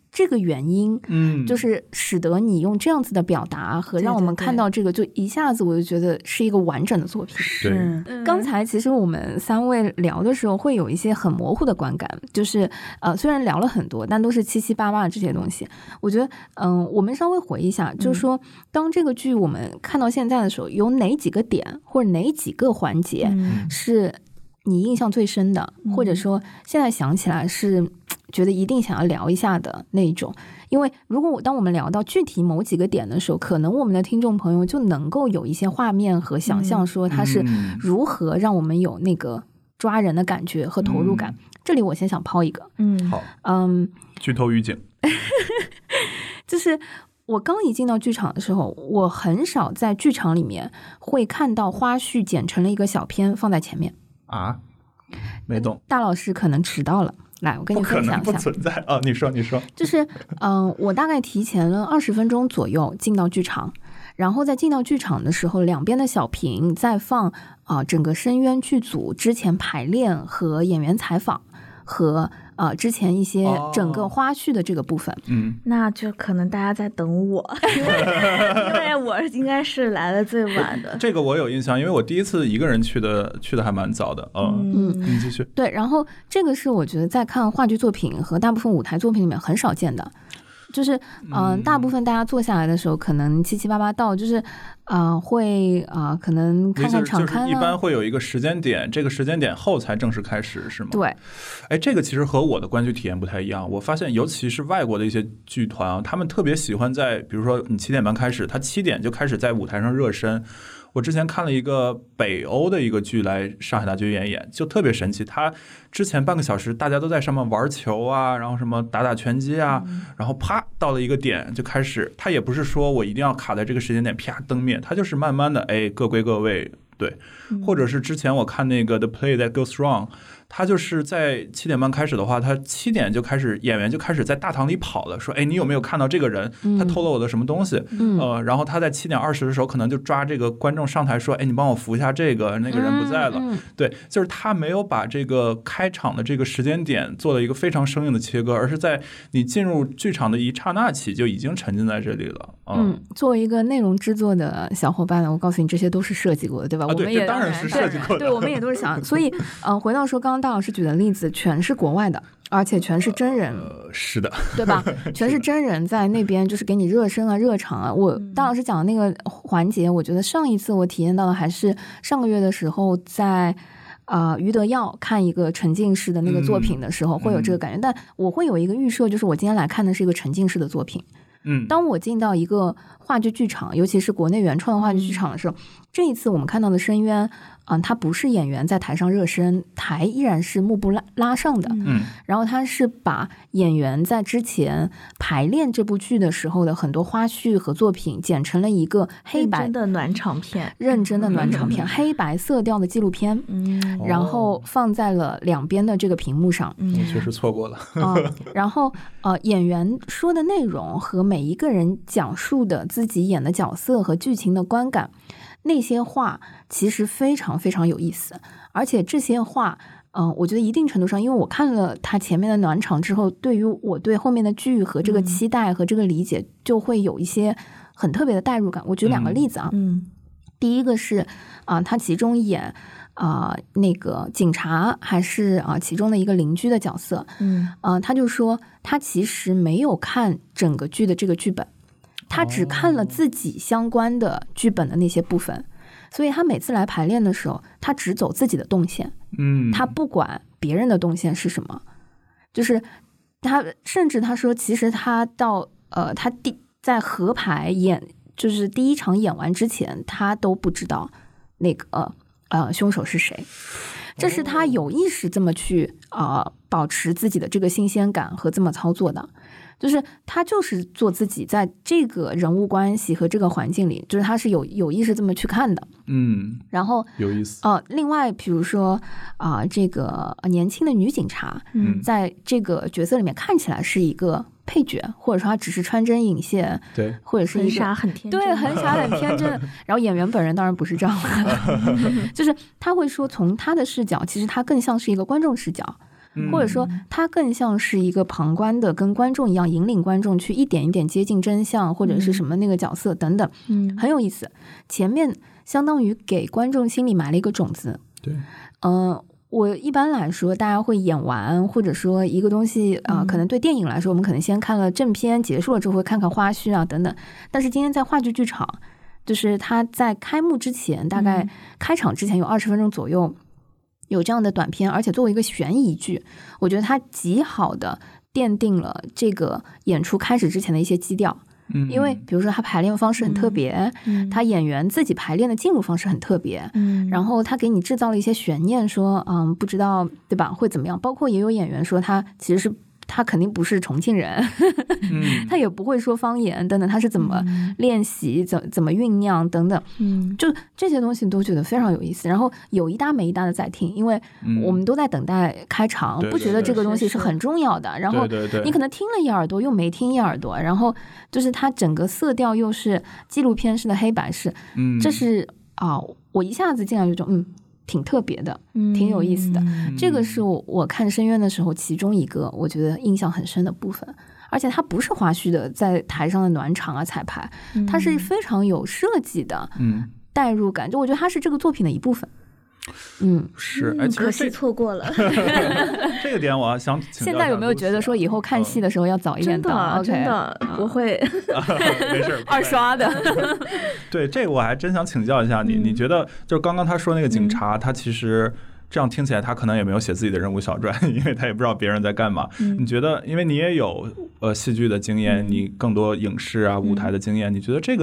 这个原因，就是使得你用这样子的表达和让我们看到这个，就一下子我就觉得是一个完整的作品。 是， 刚才其实我们3位聊的时候会有一些很模糊的观感，就是虽然聊了很多，但都是七七八八的这些东西。我觉得我们稍微回忆一下，就是说当这个剧我们看到现在的时候，有哪几个点或者哪几个环节是你印象最深的，或者说现在想起来是觉得一定想要聊一下的那一种。因为如果当我们聊到具体某几个点的时候，可能我们的听众朋友就能够有一些画面和想象，说它是如何让我们有那个抓人的感觉和投入感。这里我先想抛一个， 好，剧透预警， 就是我刚一进到剧场的时候，我很少在剧场里面会看到花絮剪成了一个小片放在前面啊，没懂。 大老师可能迟到了，来，我跟你分享一下。 不可能不存在啊！你说， 就是我大概提前了20分钟左右进到剧场，然后在进到剧场的时候，两边的小屏在放整个深渊剧组之前排练和演员采访和之前一些整个花絮的这个部分。 那就可能大家在等我，因为我应该是来的最晚的。 这个我有印象，因为我第一次一个人去的还蛮早的。你继续。 对，然后这个是我觉得在看话剧作品和大部分舞台作品里面很少见的。就是大部分大家坐下来的时候，可能七七八八到，就是会可能看看场刊， 就是一般会有一个时间点，这个时间点后才正式开始，是吗？ 对。 哎，这个其实和我的观剧体验不太一样。我发现，尤其是外国的一些剧团啊，他们特别喜欢在，比如说你7点半开始，他7点就开始在舞台上热身。我之前看了一个北欧的一个剧来上海大剧院演，就特别神奇。他之前半个小时大家都在上面玩球啊，然后什么打拳击啊，然后啪到了一个点就开始，他也不是说我一定要卡在这个时间点啪灯灭，他就是慢慢的各归各位。对，或者是之前我看那个 The Play That Goes Wrong， 他就是在7点半开始的话，他7点就开始，演员就开始在大堂里跑了，说你有没有看到这个人，他偷了我的什么东西？然后他在7点20的时候可能就抓这个观众上台说，你帮我扶一下这个，那个人不在了。对，就是他没有把这个开场的这个时间点做了一个非常生硬的切割，而是在你进入剧场的一刹那起就已经沉浸在这里了。 作为一个内容制作的小伙伴呢，我告诉你，这些都是设计过的，对吧？我们也当然是设计过的。 对，我们也都是想。所以回到说刚刚大老师举的例子，全是国外的，而且全是真人。 是的， 对吧？全是真人在那边就是给你热身啊、热场啊。我大老师讲的那个环节，我觉得上一次我体验到的还是上个月的时候在余德耀看一个沉浸式的那个作品的时候会有这个感觉。但我会有一个预设，就是我今天来看的是一个沉浸式的作品。当我进到一个话剧剧场，尤其是国内原创的话剧剧场的时候，这一次我们看到的深渊它不是演员在台上热身，台依然是幕布拉上的。然后他是把演员在之前排练这部剧的时候的很多花絮和作品剪成了一个黑白的暖场片， 认真的暖场片，黑白色调的纪录片，然后放在了两边的这个屏幕上。 我确实错过了。 然后演员说的内容和每一个人讲述的自己演的角色和剧情的观感，那些话其实非常非常有意思。而且这些话我觉得一定程度上，因为我看了他前面的暖场之后，对于我对后面的剧和这个期待和这个理解就会有一些很特别的代入感。我举2个例子啊。第一个是他其中演那个警察还是其中的一个邻居的角色。他就说他其实没有看整个剧的这个剧本，他只看了自己相关的剧本的那些部分，所以他每次来排练的时候，他只走自己的动线。他不管别人的动线是什么，就是他甚至他说，其实他到他在合排演，就是第一场演完之前，他都不知道那个凶手是谁。这是他有意识这么去保持自己的这个新鲜感和这么操作的。就是他就是做自己，在这个人物关系和这个环境里，就是他是有意识这么去看的。然后有意思。 另外比如说这个年轻的女警察，在这个角色里面看起来是一个配角，或者说她只是穿针引线， 对， 或者是一个很傻很天真， 对，很傻很天真。然后演员本人当然不是这样的，就是他会说从他的视角，其实他更像是一个观众视角。 或者说它更像是一个旁观的，跟观众一样引领观众去一点一点接近真相，或者是什么那个角色等等，很有意思。前面相当于给观众心里埋了一个种子。 对， 我一般来说大家会演完，或者说一个东西可能对电影来说我们可能先看了正片，结束了之后会看看花絮啊等等，但是今天在话剧剧场，就是它在开幕之前，大概开场之前有20分钟左右有这样的短片，而且作为一个悬疑剧，我觉得它极好的奠定了这个演出开始之前的一些基调。因为比如说他排练方式很特别，他演员自己排练的进入方式很特别，然后他给你制造了一些悬念，说不知道对吧会怎么样，包括也有演员说他其实是他肯定不是重庆人，他也不会说方言等等，他是怎么练习怎么酝酿等等，就这些东西都觉得非常有意思。然后有一搭没一搭的在听，因为我们都在等待开场，不觉得这个东西是很重要的，然后你可能听了一耳朵又没听一耳朵，然后就是它整个色调又是纪录片式的黑白式，这是我一下子进来就挺特别的，挺有意思的。这个是我看深渊的时候其中一个我觉得印象很深的部分，而且它不是花絮的在台上的暖场啊彩排，它是非常有设计的代入感，就我觉得它是这个作品的一部分。 是， 可惜错过了这个点我想现在有没有觉得说以后看戏的时候要早一点到？ 真的不会没事二刷的对，这个我还真想请教一下你，你觉得就是刚刚他说那个警察，他其实这样听起来他可能也没有写自己的人物小传，因为他也不知道别人在干嘛，你觉得因为你也有戏剧的经验，你更多影视啊舞台的经验，你觉得这个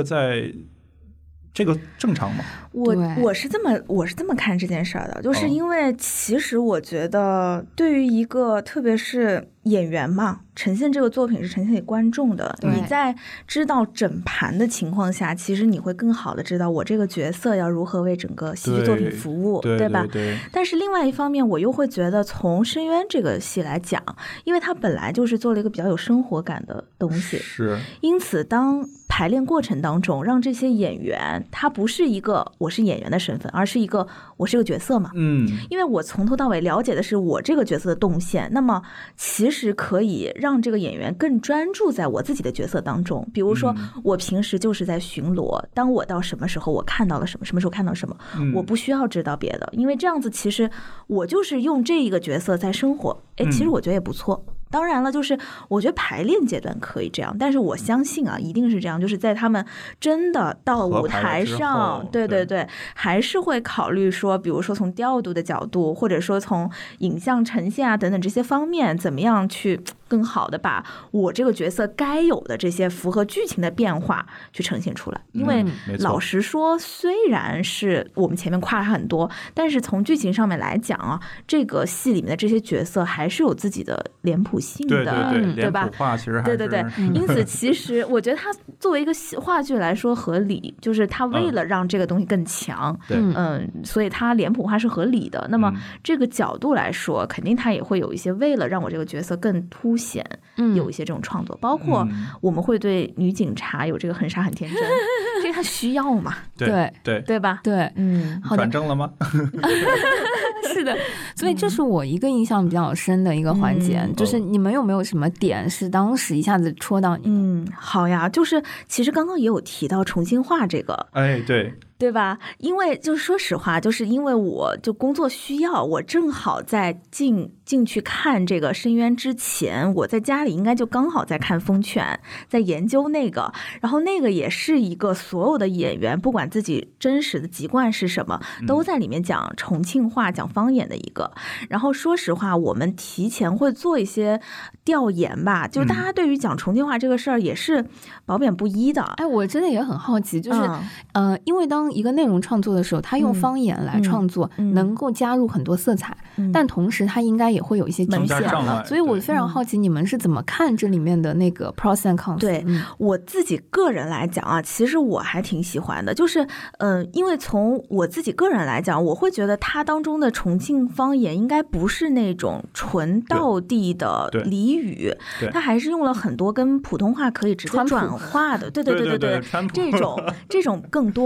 正常吗？ 我是这么看这件事儿的，就是因为其实我觉得对于一个特别是演员嘛，呈现这个作品是呈现给观众的，你在知道整盘的情况下，其实你会更好的知道我这个角色要如何为整个戏剧作品服务， 对吧？但是另外一方面我又会觉得从深渊这个戏来讲，因为它本来就是做了一个比较有生活感的东西， 是， 因此当排练过程当中让这些演员他不是一个我是演员的身份，而是一个我是个角色嘛，因为我从头到尾了解的是我这个角色的动线，那么其实可以让这个演员更专注在我自己的角色当中。比如说我平时就是在巡逻，当我到什么时候我看到了什么，什么时候看到什么，我不需要知道别的，因为这样子其实我就是用这一个角色在生活，其实我觉得也不错。当然了，就是我觉得排练阶段可以这样，但是我相信一定是这样，就是在他们真的到舞台上，对，还是会考虑说，比如说从调度的角度，或者说从影像呈现啊等等这些方面，怎么样去更好的把我这个角色该有的这些符合剧情的变化去呈现出来。因为老实说，虽然是我们前面夸很多，但是从剧情上面来讲啊，这个戏里面的这些角色还是有自己的脸谱性的，对吧？ 其实还是对，因此其实我觉得它作为一个话剧来说合理，就是它为了让这个东西更强，所以它脸谱化是合理的。那么这个角度来说，肯定它也会有一些为了让我这个角色更凸显，有一些这种创作，包括我们会对女警察有这个很傻很天真，这它需要嘛？对吧？ 对，好的， 转正了吗？ 是的，所以这是我一个印象比较深的一个环节，就是你们有没有什么点是当时一下子戳到你？ 好呀，就是其实刚刚也有提到重庆话这个，对吧？因为就是说实话，就是因为我就工作需要，我正好在进去看这个深渊之前，我在家里应该就刚好在看疯犬，在研究那个，然后那个也是一个所有的演员不管自己真实的籍贯是什么，都在里面讲重庆话讲方言的一个。然后说实话，我们提前会做一些调研吧，就是大家对于讲重庆话这个事儿也是褒贬不一的。 我真的也很好奇，就是因为当一个内容创作的时候，他用方言来创作，能够加入很多色彩，但同时他应该也会有一些局限，所以我非常好奇你们是怎么看这里面的那个 pros and cons。 对，我自己个人来讲啊，其实我还挺喜欢的，就是因为从我自己个人来讲，我会觉得它当中的重庆方言应该不是那种纯道地的俚语，它还是用了很多跟普通话可以直接转化的，对，这种更多。所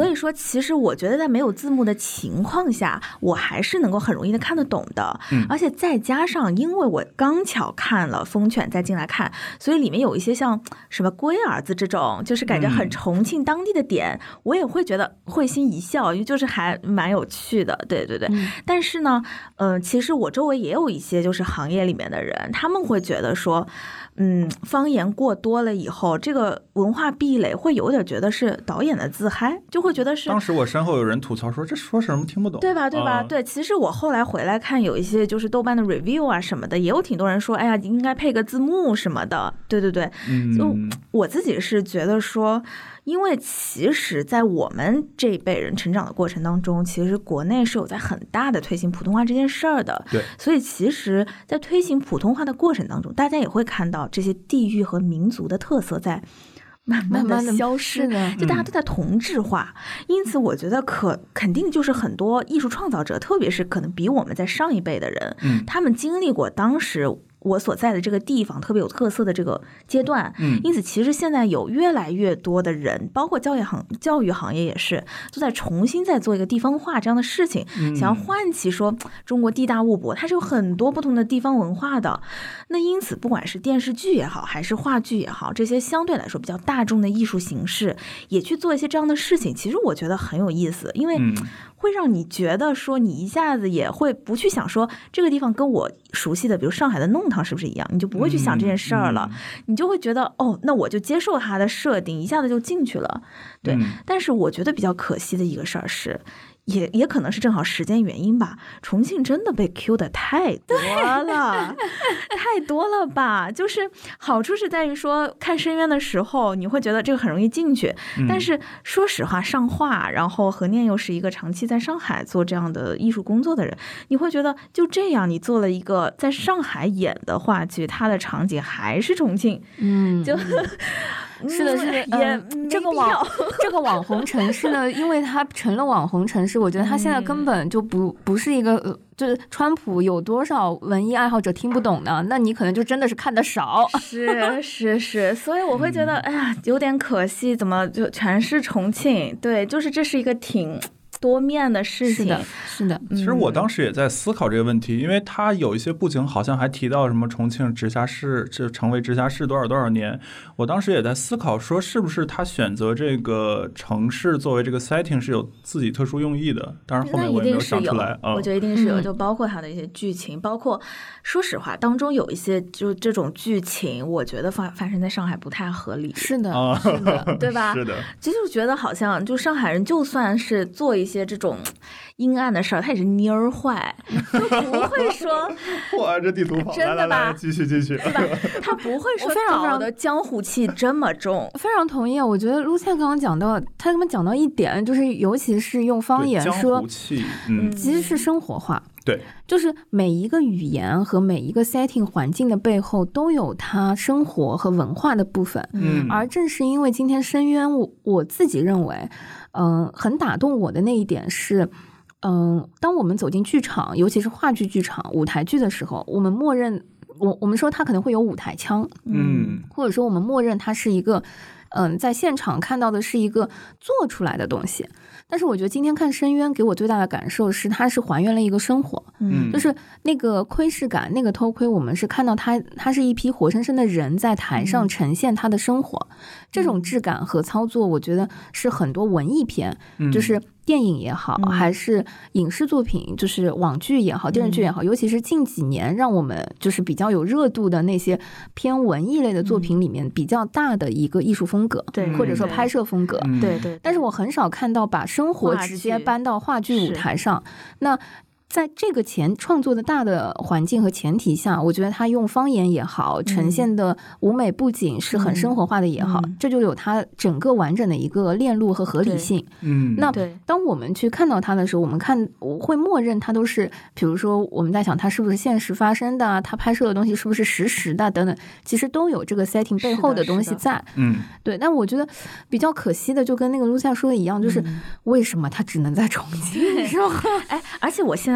所以说其实我觉得在没有字幕的情况下，我还是能够很容易的看得懂的。而且再加上因为我刚巧看了疯犬再进来看，所以里面有一些像什么龟儿子这种就是感觉很重庆当地的点，我也会觉得会心一笑，因为就是还蛮有趣的。对对对。但是呢其实我周围也有一些就是行业里面的人，他们会觉得说方言过多了以后，这个文化壁垒会有点觉得是导演的自嗨，就会觉得是。 当时我身后有人吐槽说这说什么听不懂， 对吧？对吧？对，其实我后来回来看有一些就是豆瓣的 review 啊什么的，也有挺多人说，哎呀，应该配个字幕什么的。对对对，就我自己是觉得说。因为其实在我们这一辈人成长的过程当中，其实国内是有在很大的推行普通话这件事儿的。 对， 所以其实在推行普通话的过程当中，大家也会看到这些地域和民族的特色在慢慢的消失，就大家都在同质化。因此我觉得肯定就是很多艺术创造者，特别是可能比我们在上一辈的人，他们经历过当时我所在的这个地方特别有特色的这个阶段，因此其实现在有越来越多的人，包括教育行业也是，都在重新在做一个地方化这样的事情，想要唤起说中国地大物博，它是有很多不同的地方文化的。那因此不管是电视剧也好，还是话剧也好，这些相对来说比较大众的艺术形式，也去做一些这样的事情，其实我觉得很有意思，因为会让你觉得说你一下子也会不去想说这个地方跟我熟悉的比如上海的弄堂是不是一样，你就不会去想这件事儿了，你就会觉得哦，那我就接受它的设定，一下子就进去了。对，但是我觉得比较可惜的一个事儿是也可能是正好时间原因吧，重庆真的被 Q 的太多了太多了吧。就是好处是在于说看深渊的时候你会觉得这个很容易进去，但是说实话上画，然后何念又是一个长期在上海做这样的艺术工作的人，你会觉得就这样你做了一个在上海演的话剧，它的场景还是重庆， 是的，是的，这个网红城市呢，因为它成了网红城市，我觉得它现在根本就不是一个就是川普有多少文艺爱好者听不懂呢？那你可能就真的是看得少。 是，所以我会觉得，哎呀，有点可惜，怎么就全是重庆？对，就是这是一个挺多面的事情。 是的。 其实我当时也在思考这个问题，因为他有一些布景好像还提到什么重庆直辖市就成为直辖市多少年，我当时也在思考说是不是他选择这个城市作为这个 setting 是有自己特殊用意的，当然后面我也没有想出来。 我觉得一定是有，就包括他的一些剧情，包括说实话当中有一些就这种剧情我觉得发生在上海不太合理。 是的， 对吧？ 是的， 就觉得好像就上海人就算是做一些这种阴暗的事儿，他也是蔫儿坏，就不会说哇这地图炮真的吧， 来继续对吧？他不会说搞的江湖气这么重。 非常同意。我觉得陆倩刚刚讲到，他们讲到一点，就是尤其是用方言说江湖气， 其实是生活化。 对， 就是每一个语言和每一个 setting 环境的背后都有它生活和文化的部分。而正是因为今天深渊，我自己认为很打动我的那一点是当我们走进剧场，尤其是话剧剧场舞台剧的时候，我们默认我们说它可能会有舞台腔，或者说我们默认它是一个在现场看到的是一个做出来的东西。但是我觉得今天看深渊给我最大的感受是它是还原了一个生活，就是那个窥视感，那个偷窥，我们是看到它是一批活生生的人在台上呈现他的生活，这种质感和操作我觉得是很多文艺片，就是电影也好，还是影视作品，就是网剧也好，电视剧也好，尤其是近几年让我们就是比较有热度的那些偏文艺类的作品里面比较大的一个艺术风格，或者说拍摄风格。 对。 但是我很少看到把生活直接搬到话剧舞台上。那在这个创作的大的环境和前提下，我觉得他用方言也好，呈现的舞美布景是很生活化的也好，这就有它整个完整的一个链路和合理性。那当我们去看到它的时候，我会默认它都是，比如说我们在想它是不是现实发生的，它拍摄的东西是不是实时的等等，其实都有这个 setting 背后的东西在。对。但我觉得比较可惜的，就跟那个Lucia说的一样，就是为什么它只能在重庆？ 而且我现在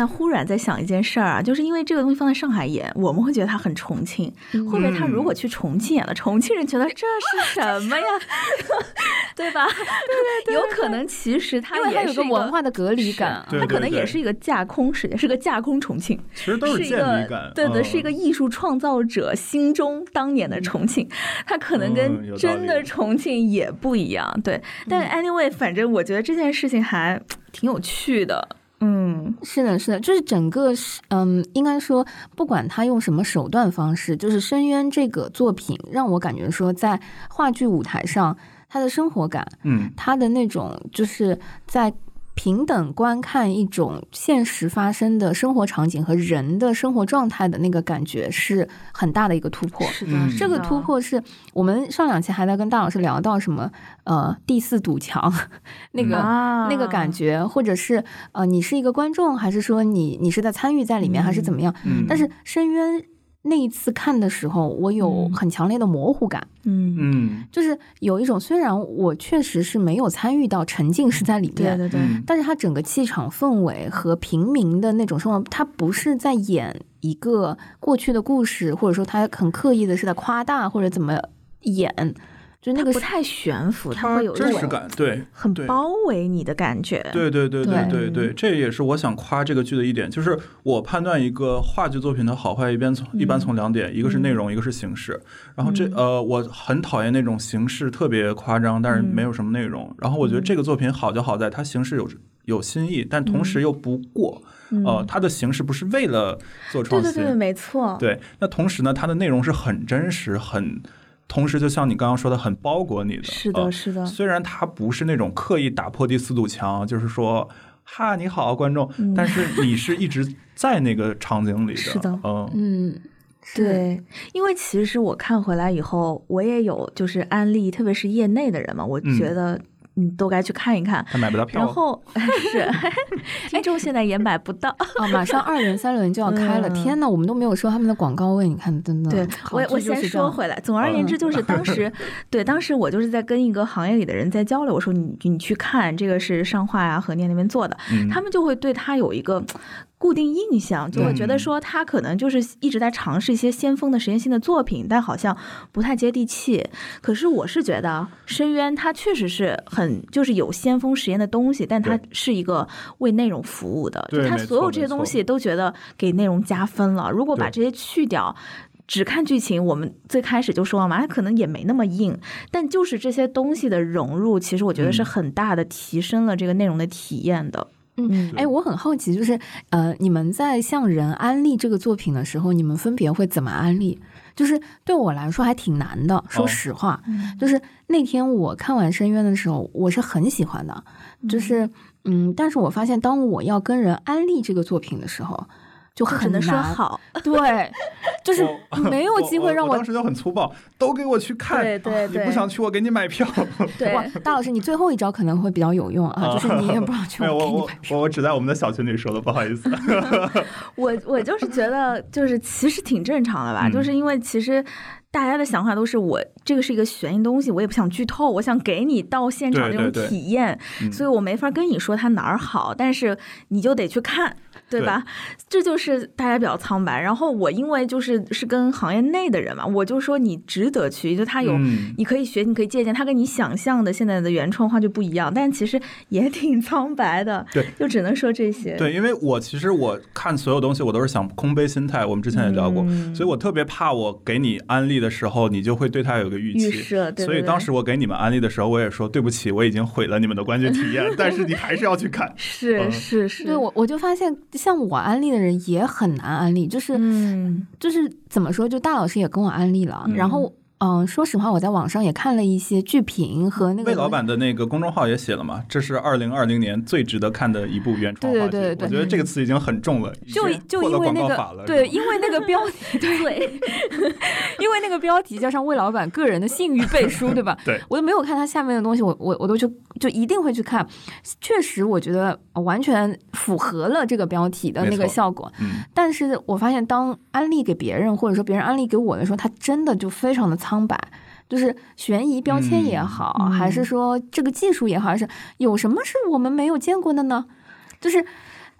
在忽然在想一件事儿啊，就是因为这个东西放在上海演，我们会觉得它很重庆，会不会他如果去重庆演了，重庆人觉得这是什么呀？对吧？对，有可能其实它也有个文化的隔离感， 它可能也是一个架空世界，是个架空重庆， 其实都是建立感。 对，是一个艺术创造者心中当年的重庆，它可能跟真的重庆也不一样。对，但 anyway， 反正我觉得这件事情还挺有趣的。 是的，是的，就是整个应该说不管他用什么手段方式，就是《深渊》这个作品让我感觉说在话剧舞台上他的生活感，他的那种就是在平等观看一种现实发生的生活场景和人的生活状态的那个感觉是很大的一个突破。 是的， 这个突破是我们上2期还在跟大老师聊到什么第4堵墙那个感觉，或者是你是一个观众，还是说你是在参与在里面，还是怎么样？但是深渊那一次看的时候，我有很强烈的模糊感。就是有一种虽然我确实是没有参与到沉浸式在里面， 对， 但是它整个气场氛围和平民的那种生活，它不是在演一个过去的故事，或者说它很刻意的是在夸大或者怎么演。就那个不太悬浮，它会有真实感，对， 很包围你的感觉。 对，这也是我想夸这个剧的一点，就是我判断一个话剧作品的好坏一般从2点，一个是内容，一个是形式。然后我很讨厌那种形式特别夸张，但是没有什么内容。然后我觉得这个作品好就好在它形式有新意，但同时又不过。它的形式不是为了做创新， 对，没错。 对，那同时呢，它的内容是很真实，同时就像你刚刚说的很包裹你的。 是的，是的。 虽然它不是那种刻意打破第4堵墙，就是说哈你好观众，但是你是一直在那个场景里的。 是的，对，因为其实我看回来以后，我也有就是安利，特别是业内的人嘛，我觉得你都该去看一看。 他买不到票， 然后是听众现在也买不到马上2轮3轮就要开了。天哪，我们都没有收他们的广告位，你看真的。 对，我先说回来，总而言之就是当时我就是在跟一个行业里的人在交流，我说你去看这个是上画呀和念那边做的，他们就会对他有一个固定印象，就会觉得说他可能就是一直在尝试一些先锋的实验性的作品，但好像不太接地气。可是我是觉得深渊它确实是就是有先锋实验的东西，但它是一个为内容服务的，就它所有这些东西都觉得给内容加分了。如果把这些去掉，只看剧情，我们最开始就说了嘛，它可能也没那么硬，但就是这些东西的融入，其实我觉得是很大的提升了这个内容的体验的。 我很好奇，就是你们在向人安利这个作品的时候，你们分别会怎么安利？就是对我来说还挺难的，说实话。就是那天我看完《深渊》的时候，我是很喜欢的，就是但是我发现当我要跟人安利这个作品的时候，就很难说好。 对，就是没有机会让我当时就很粗暴，都给我去看。 对， 你不想去，我给你买票。 对， 哇，大老师，你最后一招可能会比较有用啊，就是你也不想去，我给你买票。 我只在我们的小群里说了，不好意思。 我就是觉得，就是其实挺正常的吧，就是因为其实大家的想法都是这个是一个悬疑东西，我也不想剧透，我想给你到现场这种体验，所以我没法跟你说它哪儿好，但是你就得去看。对吧？这就是大家比较苍白。然后我因为是跟行业内的人嘛，我就说你值得去，就他有你可以学，你可以借鉴，他跟你想象的现在的原创话剧不一样，但其实也挺苍白的。 对， 就只能说这些。 对，因为其实我看所有东西我都是想空杯心态，我们之前也聊过，所以我特别怕我给你安利的时候，你就会对他有个预期。 对， 所以当时我给你们安利的时候，我也说对不起，我已经毁了你们的观剧体验，但是你还是要去看。 是。 对，我就发现像我安利的人也很难安利，就是怎么说，就大老师也跟我安利了，然后说实话，我在网上也看了一些剧评和那个魏老板的那个公众号也写了嘛，这是2020年最值得看的一部原创话剧。对，我觉得这个词已经很重了， 就因为那个对，因为那个标题对，因为那个标题加上魏老板个人的信誉背书，对吧？ 对， 我都没有看他下面的东西，我都就一定会去看。确实，我觉得完全符合了这个标题的那个效果。但是我发现当安利给别人，或者说别人安利给我的时候，他真的就非常的苍白，就是悬疑标签也好，还是说这个技术也好，还是有什么是我们没有见过的呢？就是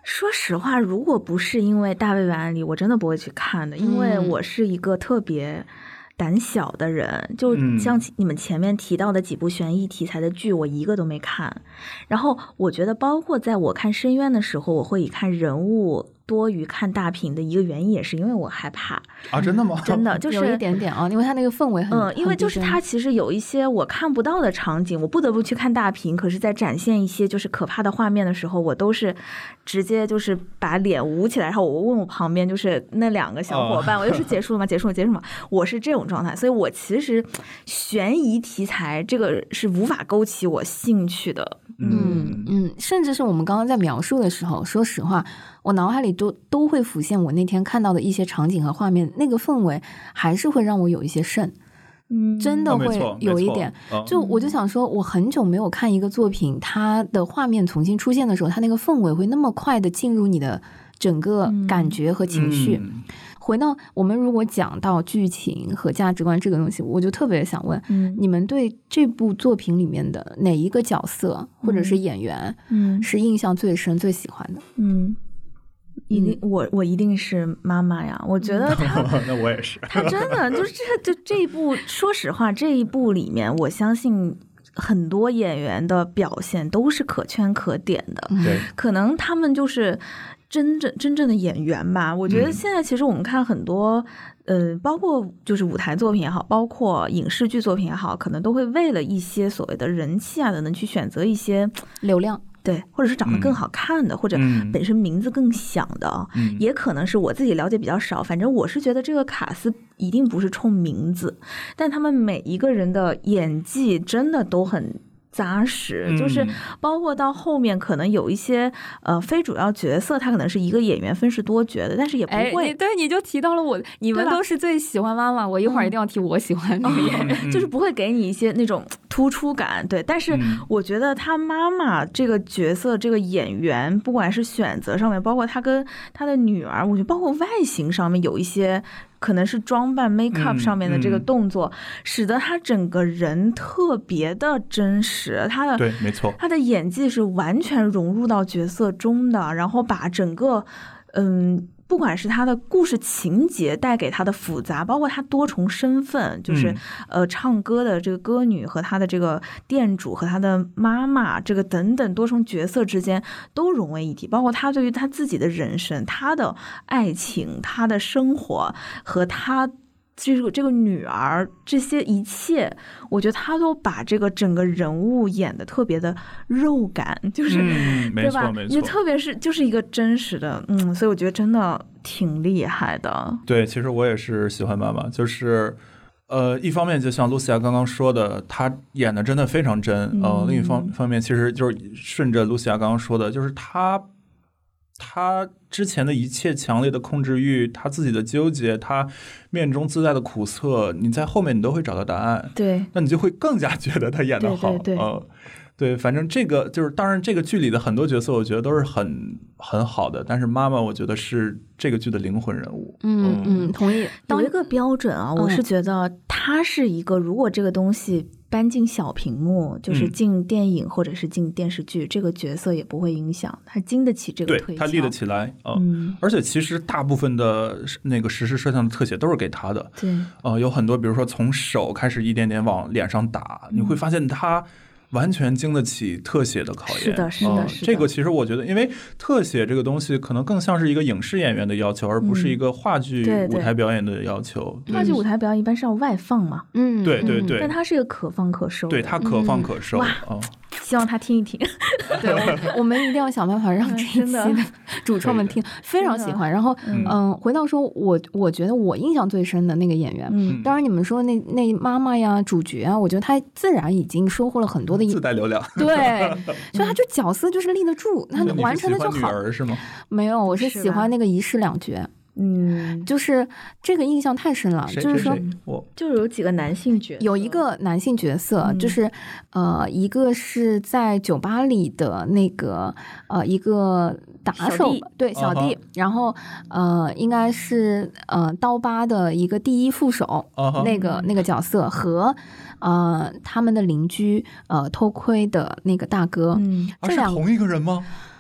说实话，如果不是因为大卫晚安里，我真的不会去看的，因为我是一个特别胆小的人，就像你们前面提到的几部悬疑题材的剧，我一个都没看。然后我觉得包括在我看深渊的时候，我会以看人物多于看大屏的一个原因，也是因为我害怕啊！真的吗？ 真的就是有一点点啊，因为它那个氛围很因为就是它其实有一些我看不到的场景，我不得不去看大屏。可是，在展现一些就是可怕的画面的时候，我都是直接就是把脸捂起来，然后我问我旁边就是那2个小伙伴，我就是结束了吗？结束了吗？我是这种状态，所以我其实悬疑题材这个是无法勾起我兴趣的。 甚至是我们刚刚在描述的时候，说实话，我脑海里都会浮现我那天看到的一些场景和画面，那个氛围还是会让我有一些瘆。真的会有一点，就我就想说，我很久没有看一个作品，它的画面重新出现的时候，它那个氛围会那么快的进入你的整个感觉和情绪。回到我们如果讲到剧情和价值观这个东西，我就特别想问，你们对这部作品里面的哪一个角色或者是演员是印象最深、最喜欢的？ 一定，我一定是妈妈呀！我觉得她那我也是， 她真的就是这一部，说实话，这一部里面，我相信很多演员的表现都是可圈可点的。 对， 可能他们就是真正的演员吧。我觉得现在其实我们看很多包括就是舞台作品也好，包括影视剧作品也好，可能都会为了一些所谓的人气啊等等去选择一些流量。 对，或者是长得更好看的，或者本身名字更响的，也可能是我自己了解比较少。反正我是觉得这个卡司一定不是冲名字，但他们每一个人的演技真的都很扎实，就是包括到后面可能有一些非主要角色，他可能是一个演员分饰多角的，但是也不会。 对，你就提到了你们都是最喜欢妈妈，我一会儿一定要提我喜欢那个演员， 就是不会给你一些那种突出感。对，但是我觉得他妈妈这个角色，这个演员，不管是选择上面，包括他跟他的女儿，我觉得包括外形上面有一些。可能是装扮 make up 上面的这个动作，使得他整个人特别的真实。他的对，没错， 他的演技是完全融入到角色中的，然后把整个不管是他的故事情节带给他的复杂，包括他多重身份，就是唱歌的这个歌女和他的这个店主和他的妈妈，这个等等多重角色之间都融为一体，包括他对于他自己的人生、他的爱情、他的生活和他这个女儿，这些一切，我觉得他都把这个整个人物演得特别的肉感，就是对吧？你特别是就是一个真实的，所以我觉得真的挺厉害的。 对，其实我也是喜欢妈妈，就是一方面就像露西亚刚刚说的，她演的真的非常真，另一方面其实就是顺着露西亚刚刚说的，就是她之前的一切强烈的控制欲，他自己的纠结，他面中自带的苦涩，你在后面你都会找到答案。 对， 那你就会更加觉得他演得好。对，反正这个就是，当然这个剧里的很多角色，我觉得都是很好的，但是妈妈，我觉得是这个剧的灵魂人物。 同意。 有一个标准啊，我是觉得他是一个，如果这个东西搬进小屏幕，就是进电影或者是进电视剧，这个角色也不会影响，他经得起这个推敲， 对，他立得起来。而且其实大部分的那个实时摄像的特写都是给他的。 对， 有很多，比如说从手开始一点点往脸上打，你会发现他完全经得起特写的考验。 是的，是的。 这个其实我觉得，因为特写这个东西可能更像是一个影视演员的要求，而不是一个话剧舞台表演的要求。 话剧舞台表演一般是要外放嘛。 对。 但它是一个可放可收。 对，它可放可收。 希望他听一听。 对，我们一定要想办法让这一期的主创们听，非常喜欢。然后，回到说，我觉得我印象最深的那个演员，当然你们说那妈妈呀、主角啊，我觉得他自然已经收获了很多的自带流量。 对，所以他就角色就是立得住，他完成的就好。 你是喜欢女儿是吗？ 没有，我是喜欢那个一世两绝。就是这个印象太深了，就是说， 就是有几个男性角色， 有一个男性角色，就是一个是在酒吧里的那个一个打手，对，小弟，然后应该是刀疤的一个第一副手，那个角色和他们的邻居偷窥的那个大哥， 是同一个人吗？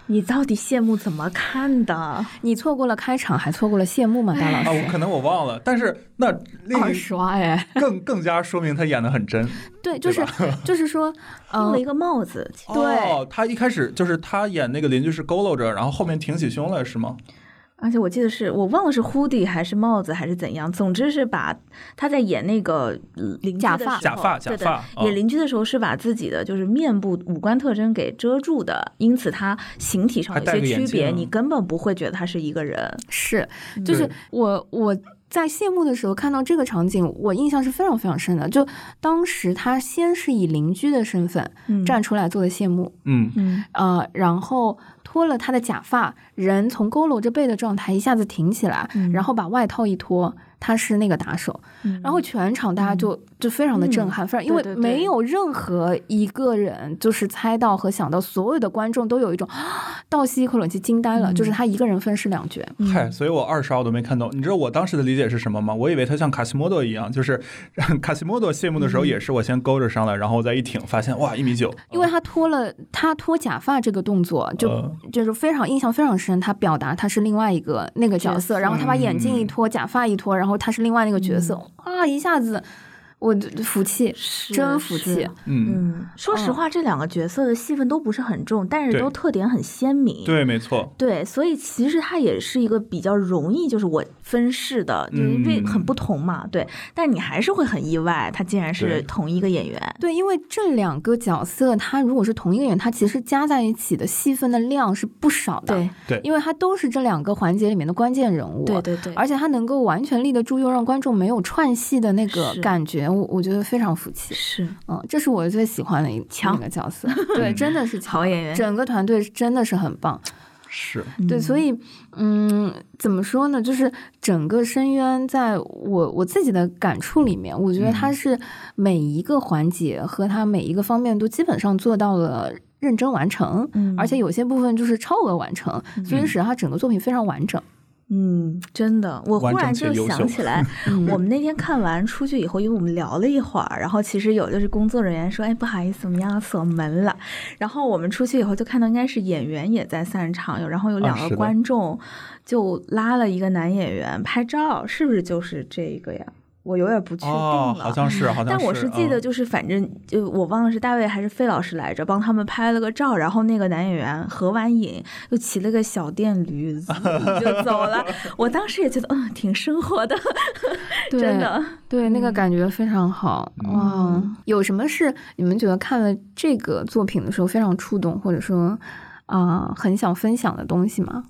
你到底谢幕怎么看的？ 你错过了开场，还错过了谢幕吗，大老师？ 可能我忘了，但是那二刷哎， 更加说明他演得很真。 对，就是说， 用了一个帽子。 对，他一开始就是他演那个邻居是佝偻着，然后后面挺起胸来，是吗？ 而且我记得我忘了是 hoodie 还是帽子还是怎样，总之是把他在演那个邻居的时候， 假发， 演邻居的时候是把自己的就是面部五官特征给遮住的，因此他形体上有些区别，你根本不会觉得他是一个人。 是，就是我在谢幕的时候看到这个场景，我印象是非常非常深的。就当时他先是以邻居的身份站出来做的谢幕，然后脱了他的假发，人从佝偻着背的状态一下子挺起来，然后把外套一脱，他是那个打手，然后全场大家就非常的震撼，因为没有任何一个人就是猜到和想到，所有的观众都有一种倒吸一口冷气，惊呆了，就是他一个人分饰两角。 所以我二刷我都没看懂。你知道我当时的理解是什么吗？我以为他像卡西莫多一样，就是卡西莫多谢幕的时候也是我先勾着上来，然后我再一挺，发现哇1.9米。 因为他脱假发这个动作就是非常印象非常深，他表达他是另外一个那个角色，然后他把眼镜一脱，假发一脱，然后他是另外那个角色，一下子我服气，真服气。 说实话，这两个角色的戏份都不是很重，但是都特点很鲜明。 对，没错。 对，所以其实它也是一个比较容易就是我分饰的，就是因为很不同嘛。对，但你还是会很意外，他竟然是同一个演员。 对，因为这两个角色，他如果是同一个演员，他其实加在一起的戏份的量是不少的。 对， 因为他都是这两个环节里面的关键人物。 对， 而且他能够完全立得住，又让观众没有串戏的那个感觉。我觉得非常服气，这是我最喜欢的一个角色，对，真的是好演员， 整个团队真的是很棒， 是对，所以怎么说呢？就是整个深渊，在我自己的感触里面，我觉得它是每一个环节和它每一个方面都基本上做到了认真完成，而且有些部分就是超额完成，所以使得它整个作品非常完整。 真的，我忽然就想起来，我们那天看完出去以后，因为我们聊了一会儿，然后其实有就是工作人员说，不好意思，我们要锁门了。然后我们出去以后就看到应该是演员也在散场，然后有2个观众就拉了一个男演员拍照，是不是就是这个呀？我有点不确定了， 好像是， 但我是记得就是反正就我忘了是大卫还是费老师来着，帮他们拍了个照，然后那个男演员合完影又骑了个小电驴就走了。我当时也觉得挺生活的，真的， 对，那个感觉非常好。哇，有什么是你们觉得看了这个作品的时候非常触动，或者说很想分享的东西吗？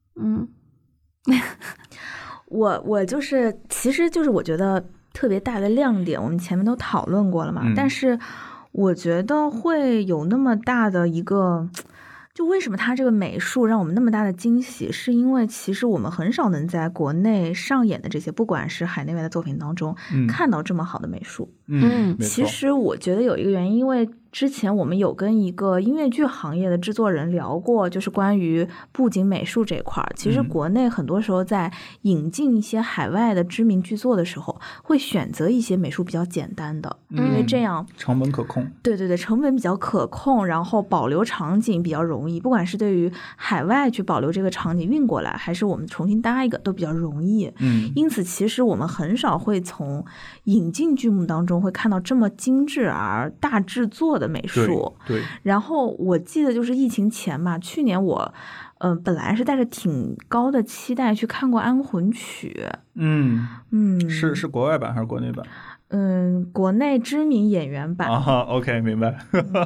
我就是，其实就是我觉得特别大的亮点，我们前面都讨论过了嘛。但是我觉得会有那么大的一个，就为什么它这个美术让我们那么大的惊喜，是因为其实我们很少能在国内上演的这些，不管是海内外的作品当中，看到这么好的美术。其实我觉得有一个原因，因为之前我们有跟一个音乐剧行业的制作人聊过，就是关于布景美术这一块。其实国内很多时候在引进一些海外的知名剧作的时候，会选择一些美术比较简单的，因为这样成本可控。 对，成本比较可控，然后保留场景比较容易。不管是对于海外去保留这个场景运过来，还是我们重新搭一个，都比较容易。因此其实我们很少会从引进剧目当中会看到这么精致而大制作的美术。 对。 然后我记得就是疫情前嘛，去年我本来是带着挺高的期待去看过《安魂曲》。 是国外版还是国内版？ 国内知名演员版。 OK， 明白。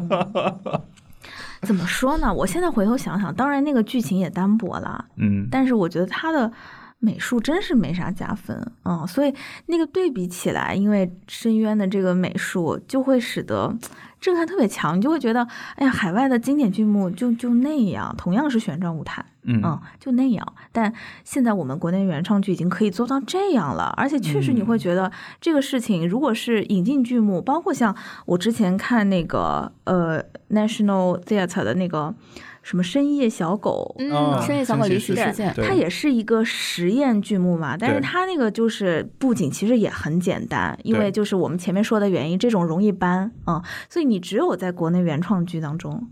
怎么说呢？我现在回头想想，当然那个剧情也单薄了，但是我觉得它的美术真是没啥加分，所以那个对比起来，因为深渊的这个美术就会使得震撼特别强，你就会觉得，哎呀，海外的经典剧目就那样，同样是旋转舞台，就那样。但现在我们国内原创剧已经可以做到这样了，而且确实你会觉得这个事情，如果是引进剧目，包括像我之前看那个National Theatre 的那个什么深夜小狗， 深夜小狗离奇事件， 它也是一个实验剧目嘛，但是它那个就是布景其实也很简单，因为就是我们前面说的原因，这种容易搬，所以你只有在国内原创剧当中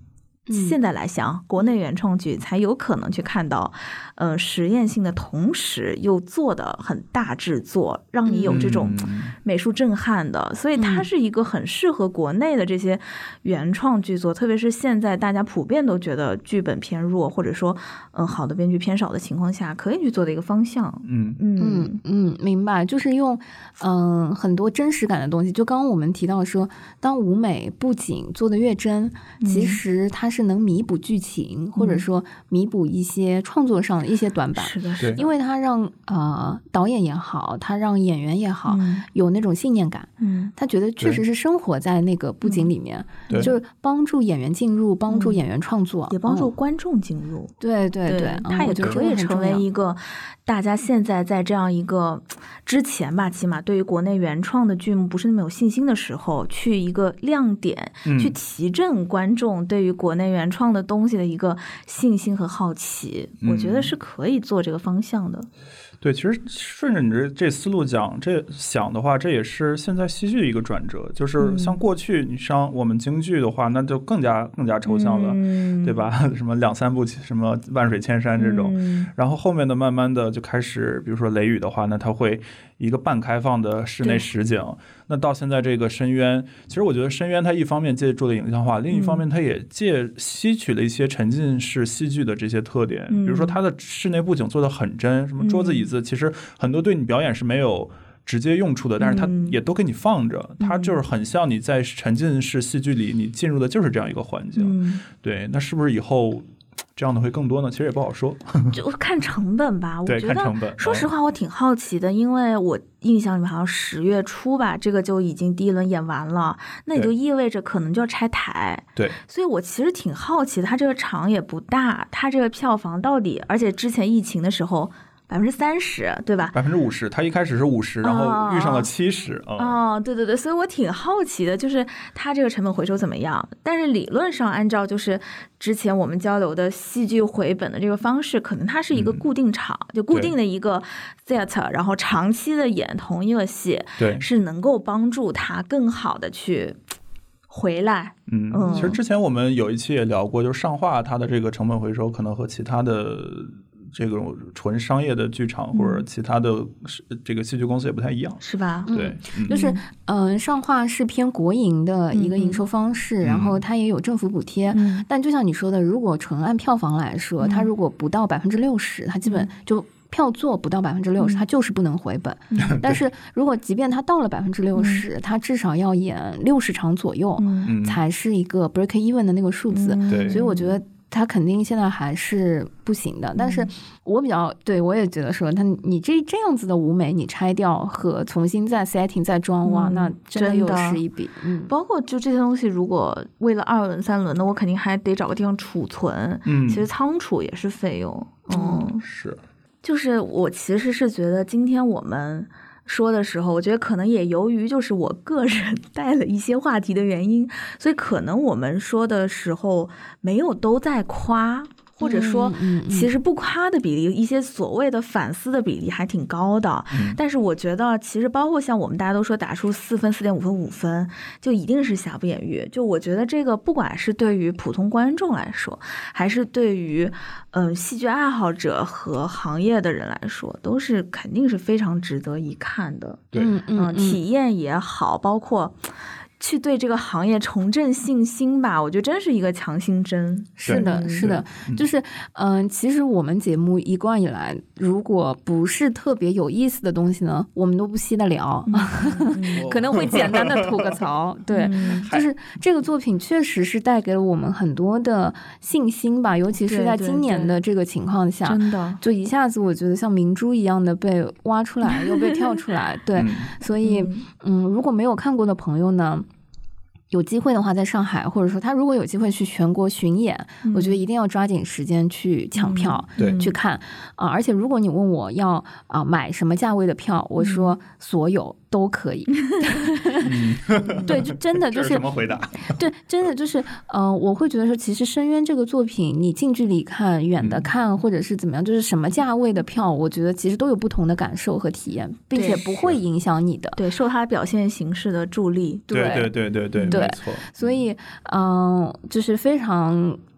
现在来想，国内原创剧才有可能去看到实验性的同时又做的很大制作，让你有这种美术震撼的，所以它是一个很适合国内的这些原创剧作，特别是现在大家普遍都觉得剧本偏弱，或者说好的编剧偏少的情况下，可以去做的一个方向。 明白，就是用很多真实感的东西。就刚刚我们提到说，当舞美布景做得越真，其实它是能弥补剧情，或者说弥补一些创作上的一些短板。 是的， 因为它让导演也好，它让演员也好，有那种信念感。他觉得确实是生活在那个布景里面，就是帮助演员进入，帮助演员创作， 也帮助观众进入。 对， 它也可以成为一个大家现在在这样一个之前吧，起码对于国内原创的剧目不是那么有信心的时候，去一个亮点，去提振观众对于国内原创的东西的一个信心和好奇。我觉得是可以做这个方向的。 对，其实顺着你这思路讲，这想的话，这也是现在戏剧一个转折。就是像过去，你像我们京剧的话，那就更加抽象了，对吧？什么两三部，什么万水千山这种，然后后面的慢慢的就开始，比如说雷雨的话，那它会一个半开放的室内实景。那到现在这个深渊，其实我觉得深渊它一方面借助了影像化，另一方面它也吸取了一些沉浸式戏剧的这些特点，比如说它的室内布景做得很真，什么桌子椅子，其实很多对你表演是没有直接用处的，但是它也都给你放着，它就是很像你在沉浸式戏剧里，你进入的就是这样一个环境。对，那是不是以后这样的会更多呢？其实也不好说， 就看成本吧。我觉得看成本。 说实话，我挺好奇的，因为我印象里面好像10月初吧，这个就已经第一轮演完了，那也就意味着可能就要拆台。 对， 所以我其实挺好奇，它这个场也不大，它这个票房到底，而且之前疫情的时候。30%对吧 ？50%，他一开始是50%，然后遇上了70%。 对，所以我挺好奇的，就是他这个成本回收怎么样？但是理论上，按照就是之前我们交流的戏剧回本的这个方式，可能它是一个固定场，就固定的一个 theater，然后长期的演同一个戏， 对， 是能够帮助他更好的去回来。 其实之前我们有一期也聊过，就是上画它的这个成本回收可能和其他的这种纯商业的剧场或者其他的这个戏剧公司也不太一样， 是吧？ 对， 就是上画是偏国营的一个营收方式，然后它也有政府补贴，但就像你说的，如果纯按票房来说，它如果不到60%，它基本就票座不到60%，它就是不能回本。但是如果即便它到了60%，它至少要演60场左右，才是一个 break even 的那个数字。所以我觉得他肯定现在还是不行的，但是我我也觉得说你这样子的舞美你拆掉和重新再 setting 再装，哇，那真的又是一笔。 包括就这些东西，如果为了2轮3轮的，我肯定还得找个地方储存。其实仓储也是费用。 是， 就是我其实是觉得今天我们说的时候，我觉得可能也由于就是我个人带了一些话题的原因，所以可能我们说的时候没有都在夸，或者说其实不夸的比例，一些所谓的反思的比例还挺高的。但是我觉得其实包括像我们大家都说打出4分、4.5分、5分，就一定是瑕不掩瑜。就我觉得这个不管是对于普通观众来说，还是对于戏剧爱好者和行业的人来说，都是肯定是非常值得一看的。 对， 体验也好，包括去对这个行业重振信心吧，我觉得真是一个强心针。 是的，是的，就是其实我们节目一贯以来，如果不是特别有意思的东西呢，我们都不稀得聊，可能会简单的吐个槽。对，就是这个作品确实是带给了我们很多的信心吧，尤其是在今年的这个情况下， 真的就一下子我觉得像明珠一样的被挖出来又被跳出来。对，所以如果没有看过的朋友呢，有机会的话在上海，或者说他如果有机会去全国巡演，我觉得一定要抓紧时间去抢票，去看而且如果你问我要买什么价位的票，我说所有都可以。对，就真的就是什么回答？ 对，真的就是我会觉得说，其实《深渊》这个作品，你近距离看、远的看，或者是怎么样，就是什么价位的票，我觉得其实都有不同的感受和体验，并且不会影响你的。 对，受它表现形式的助力。 对，没错。 所以就是非常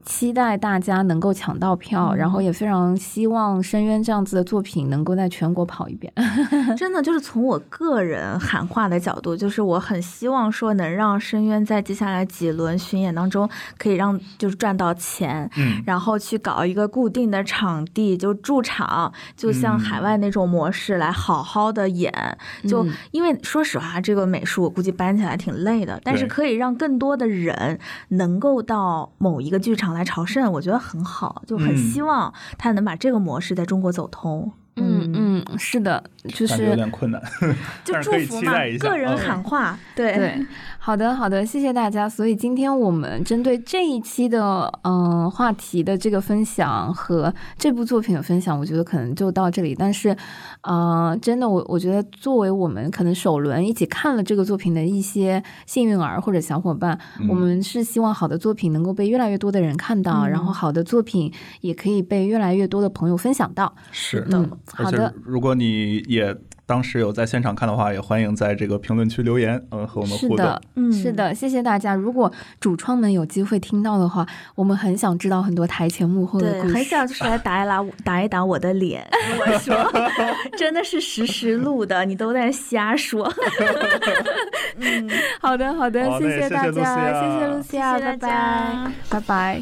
期待大家能够抢到票，然后也非常希望深渊这样子的作品能够在全国跑一遍。 真的就是从我个人喊话的角度，就是我很希望说能让深渊在接下来几轮巡演当中可以让就是赚到钱，然后去搞一个固定的场地，就驻场，就像海外那种模式来好好的演。就因为说实话，这个美术我估计搬起来挺累的，但是可以让更多的人能够到某一个剧场来朝圣，我觉得很好，就很希望他能把这个模式在中国走通。 是的，就是有点困难， 就祝福嘛，个人喊话，对， 好的，谢谢大家。所以今天我们针对这一期的话题的这个分享和这部作品的分享，我觉得可能就到这里。但是真的我觉得作为我们可能首轮一起看了这个作品的一些幸运儿或者小伙伴，我们是希望好的作品能够被越来越多的人看到，然后好的作品也可以被越来越多的朋友分享到。 是的，好的。如果你也当时有在现场看的话，也欢迎在这个评论区留言，和我们互动。 是的，谢谢大家。如果主创们有机会听到的话，我们很想知道很多台前幕后的故事， 很想就是来打一打我的脸。我说真的是实录的，你都在瞎说。 好的，谢谢大家，谢谢露西亚，拜拜，拜拜。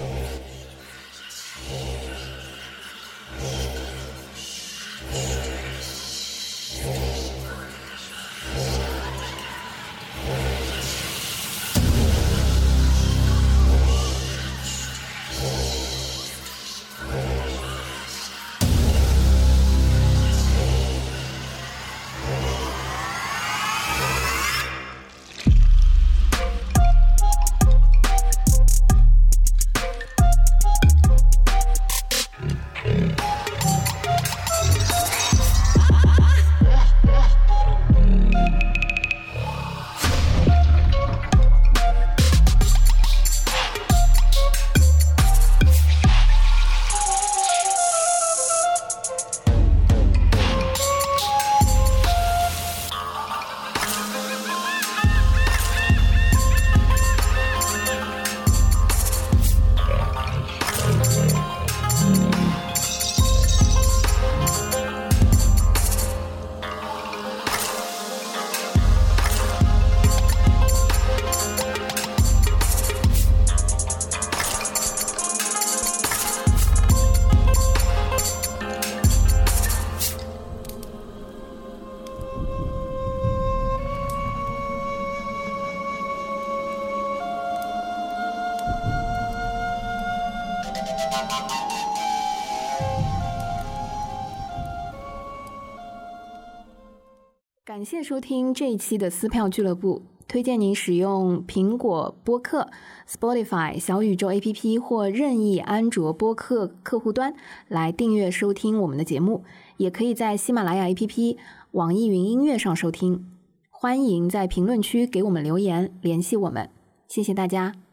感谢收听这一期的撕票俱乐部，推荐您使用苹果播客、Spotify、小宇宙 APP 或任意安卓播客客户端来订阅收听我们的节目，也可以在喜马拉雅 APP、网易云音乐上收听。欢迎在评论区给我们留言，联系我们。谢谢大家。